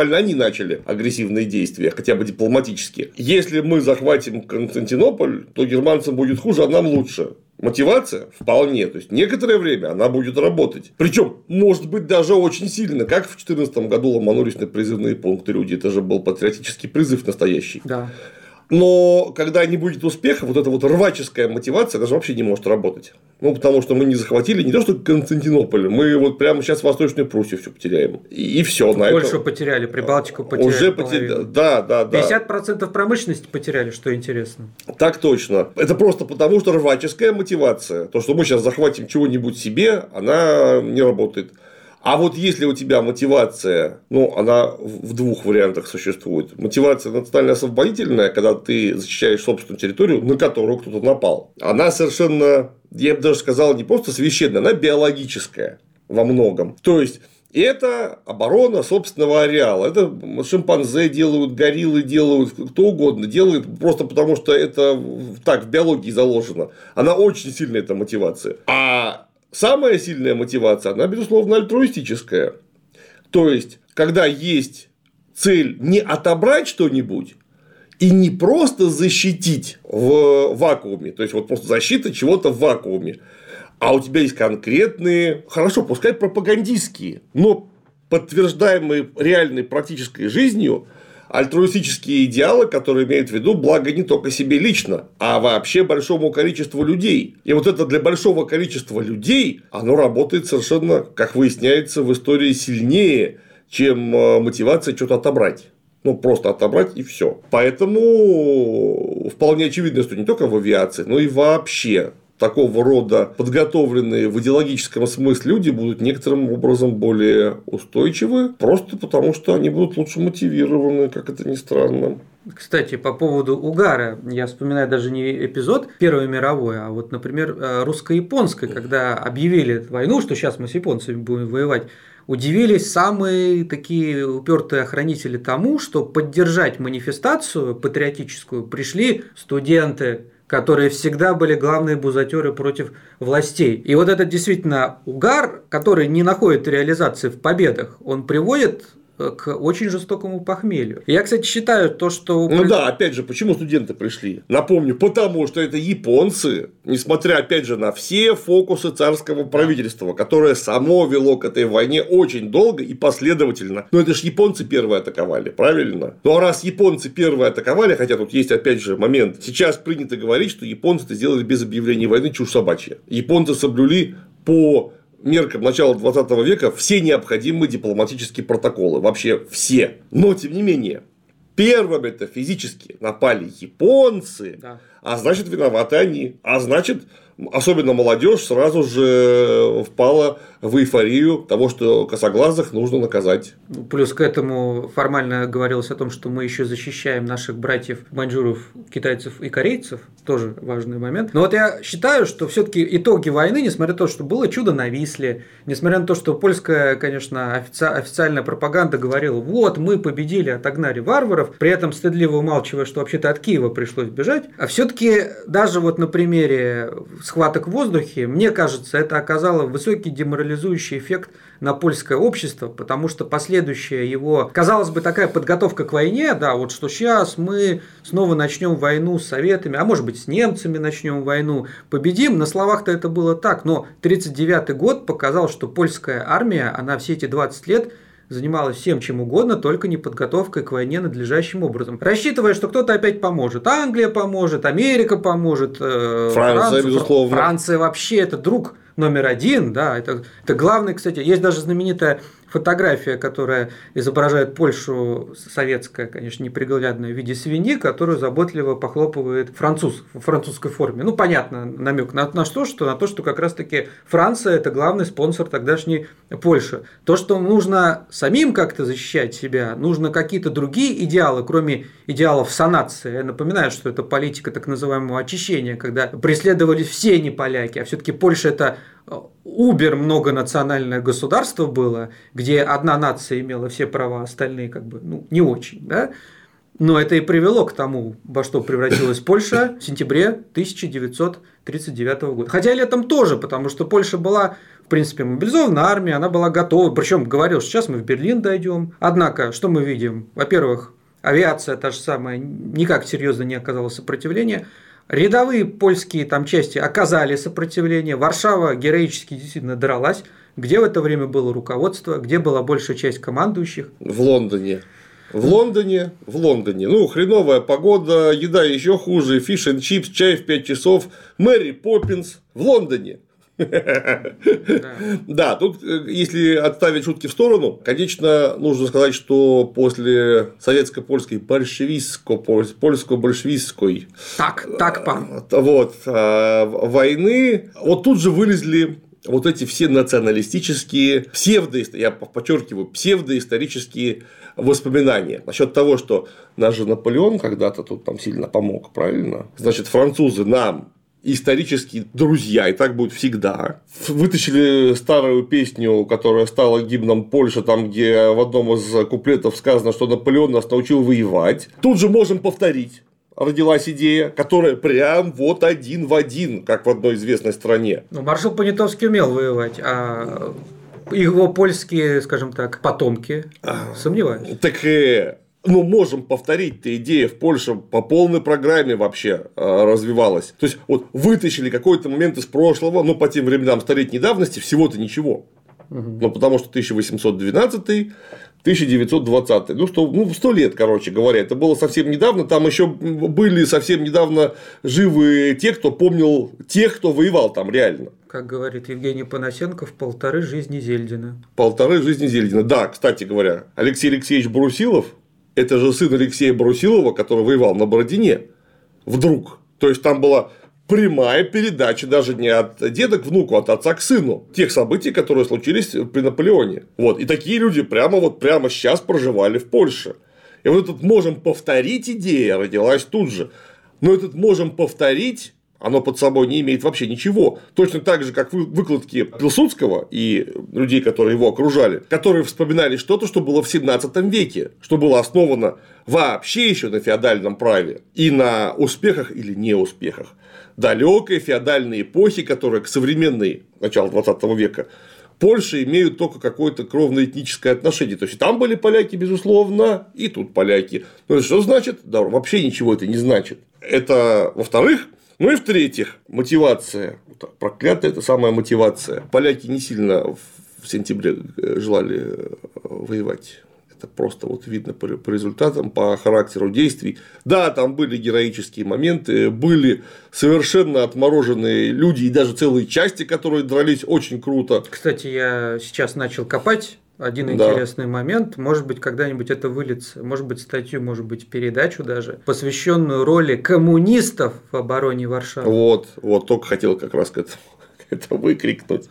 формально они начали агрессивные действия, хотя бы дипломатически. Если мы захватим Константинополь, то германцам будет хуже, а нам лучше. Мотивация вполне, то есть некоторое время она будет работать. Причем, может быть, даже очень сильно, как в две тысячи четырнадцатом году ломанулись на призывные пункты люди. Это же был патриотический призыв настоящий. Да. Но когда не будет успеха, вот эта вот рваческая мотивация даже вообще не может работать. Ну, потому что мы не захватили не то, что Константинополь, мы вот прямо сейчас Восточную Пруссию все потеряем. И все на Польшу это... потеряли, Прибалтику потеряли. Уже потеряли. Да, да, да. пятьдесят процентов промышленности потеряли, что интересно. Так точно. Это просто потому, что рваческая мотивация, то, что мы сейчас захватим чего-нибудь себе, она не работает. А вот если у тебя мотивация, ну, она в двух вариантах существует. Мотивация национально-освободительная, когда ты защищаешь собственную территорию, на которую кто-то напал. Она совершенно, я бы даже сказал, не просто священная, она биологическая во многом. То есть, это оборона собственного ареала. Это шимпанзе делают, гориллы делают, кто угодно делает, просто потому что это так в биологии заложено. Она очень сильная, эта мотивация. А самая сильная мотивация, она, безусловно, альтруистическая. То есть, когда есть цель не отобрать что-нибудь и не просто защитить в вакууме, то есть, вот просто защита чего-то в вакууме, а у тебя есть конкретные, хорошо, пускай пропагандистские, но подтверждаемые реальной практической жизнью альтруистические идеалы, которые имеют в виду благо не только себе лично, а вообще большому количеству людей. И вот это для большого количества людей, оно работает совершенно, как выясняется, в истории сильнее, чем мотивация что-то отобрать. Ну, просто отобрать и все. Поэтому вполне очевидно, что не только в авиации, но и вообще такого рода подготовленные в идеологическом смысле люди будут некоторым образом более устойчивы, просто потому что они будут лучше мотивированы, как это ни странно. Кстати, по поводу угара, я вспоминаю даже не эпизод Первой мировой, а вот, например, русско-японской, когда объявили войну, что сейчас мы с японцами будем воевать, удивились самые такие упертые охранители тому, что поддержать манифестацию патриотическую пришли студенты, которые всегда были главные бузатеры против властей. И вот этот действительно угар, который не находит реализации в победах, он приводит к очень жестокому похмелью. Я, кстати, считаю то, что... Ну да, опять же, почему студенты пришли? Напомню, потому что это японцы, несмотря, опять же, на все фокусы царского правительства, которое само вело к этой войне очень долго и последовательно. Но это же японцы первые атаковали, правильно? Ну а раз японцы первые атаковали, хотя тут есть, опять же, момент, сейчас принято говорить, что японцы это сделали без объявления войны, чушь собачья. Японцы соблюли по меркам начала двадцатого века все необходимые дипломатические протоколы. Вообще все. Но, тем не менее, первыми-то физически напали японцы, да. А значит, виноваты они. А значит, особенно молодежь сразу же впала в эйфорию того, что косоглазых нужно наказать. Плюс к этому формально говорилось о том, что мы еще защищаем наших братьев маньчжуров, китайцев и корейцев. Тоже важный момент. Но вот я считаю, что все-таки итоги войны, несмотря на то, что было чудо на Висле, несмотря на то, что польская, конечно, офици... официальная пропаганда говорила, вот мы победили, отогнали варваров, при этом стыдливо умалчивая, что вообще-то от Киева пришлось бежать. А все-таки даже вот на примере схваток в воздухе, мне кажется, это оказало высокий деморализующий эффект на польское общество, потому что последующая его, казалось бы, такая подготовка к войне, да, вот что сейчас мы снова начнем войну с советами, а может быть с немцами начнем войну, победим, на словах-то это было так, но тридцать девятый год показал, что польская армия, она все эти двадцать лет занималась всем чем угодно, только не подготовкой к войне надлежащим образом. Рассчитывая, что кто-то опять поможет. Англия поможет, Америка поможет, Франция, Франция безусловно. Франция вообще это друг номер один, да, это, это главный, кстати, есть даже знаменитая фотография, которая изображает Польшу, советская, конечно, неприглядная, в виде свиньи, которую заботливо похлопывает француз в французской форме. Ну, понятно, намек на, на что, что на то, что как раз-таки Франция – это главный спонсор тогдашней Польши. То, что нужно самим как-то защищать себя, нужно какие-то другие идеалы, кроме идеалов санации. Я напоминаю, что это политика так называемого очищения, когда преследовались все не поляки, а все-таки Польша – это убер многонациональное государство было, где одна нация имела все права, остальные как бы ну, не очень, да? Но это и привело к тому, во что превратилась Польша в сентябре тысяча девятьсот тридцать девятого года. Хотя летом тоже, потому что Польша была, в принципе, мобилизованная армия, она была готова. Причем говорил, что сейчас мы в Берлин дойдем. Однако, что мы видим? Во-первых, авиация та же самая никак серьезно не оказала сопротивления. Рядовые польские там части оказали сопротивление. Варшава героически действительно дралась. Где в это время было руководство? Где была большая часть командующих? В Лондоне. В Лондоне, в Лондоне. Ну, хреновая погода, еда еще хуже, фиш энд чипс, чай в пять часов, Мэри Поппинс в Лондоне. Да, тут, если отставить шутки в сторону, конечно, нужно сказать, что после советско-польской большевистско-польско-большевистской так, так, пан. Вот, войны, вот тут же вылезли вот эти все националистические, псевдоисторические, я подчеркиваю, псевдоисторические воспоминания насчет того, что наш же Наполеон когда-то тут там сильно помог, правильно? Значит, французы нам исторические друзья, и так будет всегда. Вытащили старую песню, которая стала гимном Польши, там, где в одном из куплетов сказано, что Наполеон нас научил воевать. Тут же можем повторить. Родилась идея, которая прям вот один в один, как в одной известной стране. Ну, маршал Понятовский умел воевать, а его польские, скажем так, потомки сомневаюсь. Так, ну, можем повторить-то идея в Польше по полной программе вообще развивалась. То есть, вот вытащили какой-то момент из прошлого, ну, по тем временам столетней давности, всего-то ничего. Угу. Ну, потому что тысяча восемьсот двенадцатый тысяча девятьсот двадцатый, ну, что, ну, сто лет, короче говоря, это было совсем недавно, там еще были совсем недавно живы те, кто помнил тех, кто воевал там реально. Как говорит Евгений Панасенков, полторы жизни Зельдина. Полторы жизни Зельдина, да, кстати говоря, Алексей Алексеевич Брусилов, это же сын Алексея Брусилова, который воевал на Бородине, вдруг, то есть там была прямая передача даже не от деда к внуку, а от отца к сыну тех событий, которые случились при Наполеоне. Вот. И такие люди прямо вот прямо сейчас проживали в Польше. И вот этот можем повторить идея родилась тут же. Но этот можем повторить, оно под собой не имеет вообще ничего. Точно так же, как выкладки Пилсудского и людей, которые его окружали, которые вспоминали что-то, что было в семнадцатом веке, что было основано вообще еще на феодальном праве и на успехах или неуспехах далекой феодальной эпохи, которая к современной, началу двадцатого века, Польше имеют только какое-то кровно-этническое отношение. То есть, там были поляки, безусловно, и тут поляки. Но это что значит? Да, вообще ничего это не значит. Это, во-вторых, ну и в-третьих, мотивация. Проклятая это самая мотивация. Поляки не сильно в сентябре желали воевать. Это просто вот видно по, по результатам, по характеру действий. Да, там были героические моменты, были совершенно отмороженные люди и даже целые части, которые дрались очень круто. Кстати, я сейчас начал копать. Один да. интересный момент, может быть, когда-нибудь это выльется, может быть, статью, может быть, передачу даже, посвященную роли коммунистов в обороне Варшавы. Вот, вот, только хотел как раз к этому. Это выкрикнуть.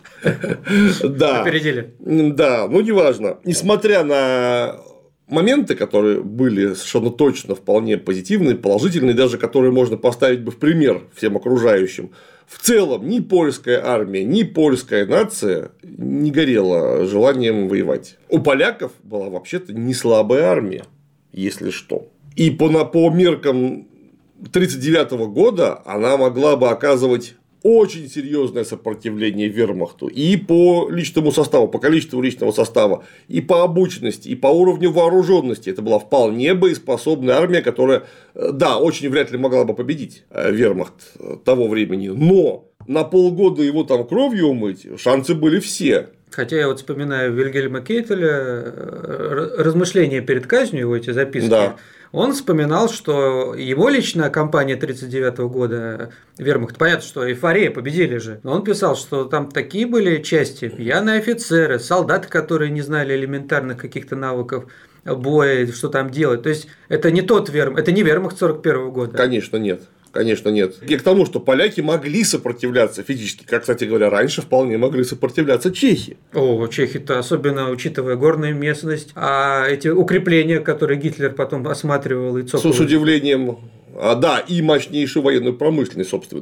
Да. Опередили. Да, ну неважно. Несмотря на моменты, которые были совершенно точно вполне позитивные, положительные, даже которые можно поставить бы в пример всем окружающим, в целом ни польская армия, ни польская нация не горела желанием воевать. У поляков была вообще-то не слабая армия, если что. И по, по меркам тридцать девятого года она могла бы оказывать очень серьезное сопротивление вермахту и по личному составу, по количеству личного состава, и по обученности, и по уровню вооруженности. Это была вполне боеспособная армия, которая, да, очень вряд ли могла бы победить вермахт того времени, но на полгода его там кровью умыть шансы были все. Хотя я вот вспоминаю Вильгельма Кейтеля, размышления перед казнью, его эти записки. Да. Он вспоминал, что его личная кампания тридцать девятого года вермахт, понятно, что эйфория, победили же, но он писал, что там такие были части, пьяные офицеры, солдаты, которые не знали элементарных каких-то навыков боя, что там делать. То есть это не тот вермахт, это не вермахт сорок первого года. Конечно, нет. Конечно, нет. И к тому, что поляки могли сопротивляться физически, как, кстати говоря, раньше вполне могли сопротивляться чехи. О, чехи-то, особенно учитывая горную местность, а эти укрепления, которые Гитлер потом осматривал и цокал. С удивлением, а, да, и мощнейшую военную промышленность, собственную.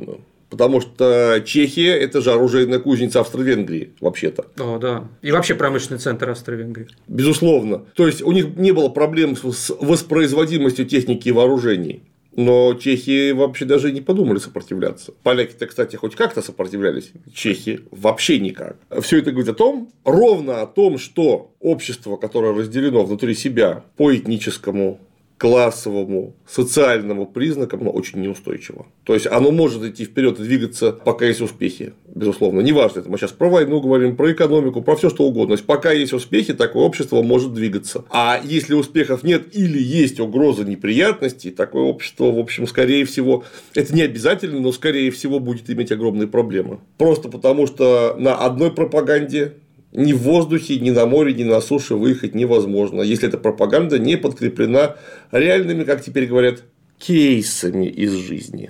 Потому что Чехия – это же оружейная кузница Австро-Венгрии, вообще-то. О, да. И вообще промышленный центр Австро-Венгрии. Безусловно. То есть, у них не было проблем с воспроизводимостью техники и вооружений. Но чехи вообще даже не подумали сопротивляться. Поляки-то, кстати, хоть как-то сопротивлялись. Чехи вообще никак. Все это говорит о том, ровно о том, что общество, которое разделено внутри себя по этническому, классовому, социальному признакам, оно очень неустойчиво. То есть, оно может идти вперед и двигаться, пока есть успехи, безусловно. Неважно, это мы сейчас про войну говорим, про экономику, про все что угодно. То есть, пока есть успехи, такое общество может двигаться. А если успехов нет или есть угроза неприятностей, такое общество, в общем, скорее всего, это не обязательно, но скорее всего будет иметь огромные проблемы. Просто потому, что на одной пропаганде ни в воздухе, ни на море, ни на суше выехать невозможно, если эта пропаганда не подкреплена реальными, как теперь говорят, кейсами из жизни.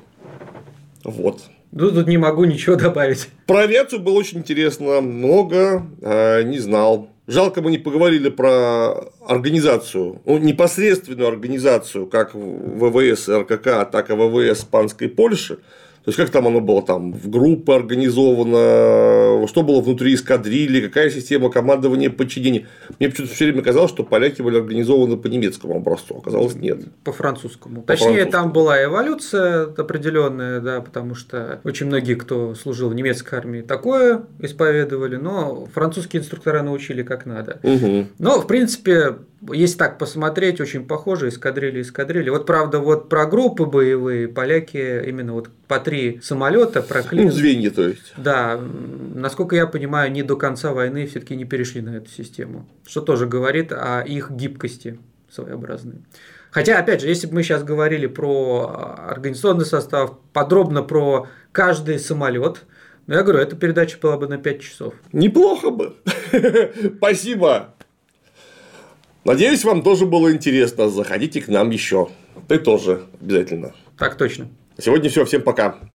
Вот. Ну, тут не могу ничего добавить. Про авиацию было очень интересно, много э, не знал. Жалко, мы не поговорили про организацию, ну, непосредственную организацию, как ВВС РКК, так и ВВС Испанской Польши. То есть, как там оно было, там, в группы организовано, что было внутри эскадрильи, какая система командования, подчинения. Мне почему-то все время казалось, что поляки были организованы по немецкому образцу, оказалось, нет. По французскому. По Точнее, французскому. Там была эволюция определенная, да, потому что очень многие, кто служил в немецкой армии, такое исповедовали, но французские инструктора научили как надо. Угу. Но, в принципе, если так посмотреть, очень похоже эскадрильи, эскадрильи. Вот, правда, вот про группы боевые поляки именно вот по три самолета проклин. Ну, звенья, то есть. Да, насколько я понимаю, они до конца войны все-таки не перешли на эту систему, что тоже говорит о их гибкости своеобразной. Хотя, опять же, если бы мы сейчас говорили про организационный состав, подробно про каждый самолет, ну, я говорю, эта передача была бы на пять часов. Неплохо бы. Спасибо. Надеюсь, вам тоже было интересно. Заходите к нам еще. Ты тоже обязательно. Так точно. Сегодня все. Всем пока.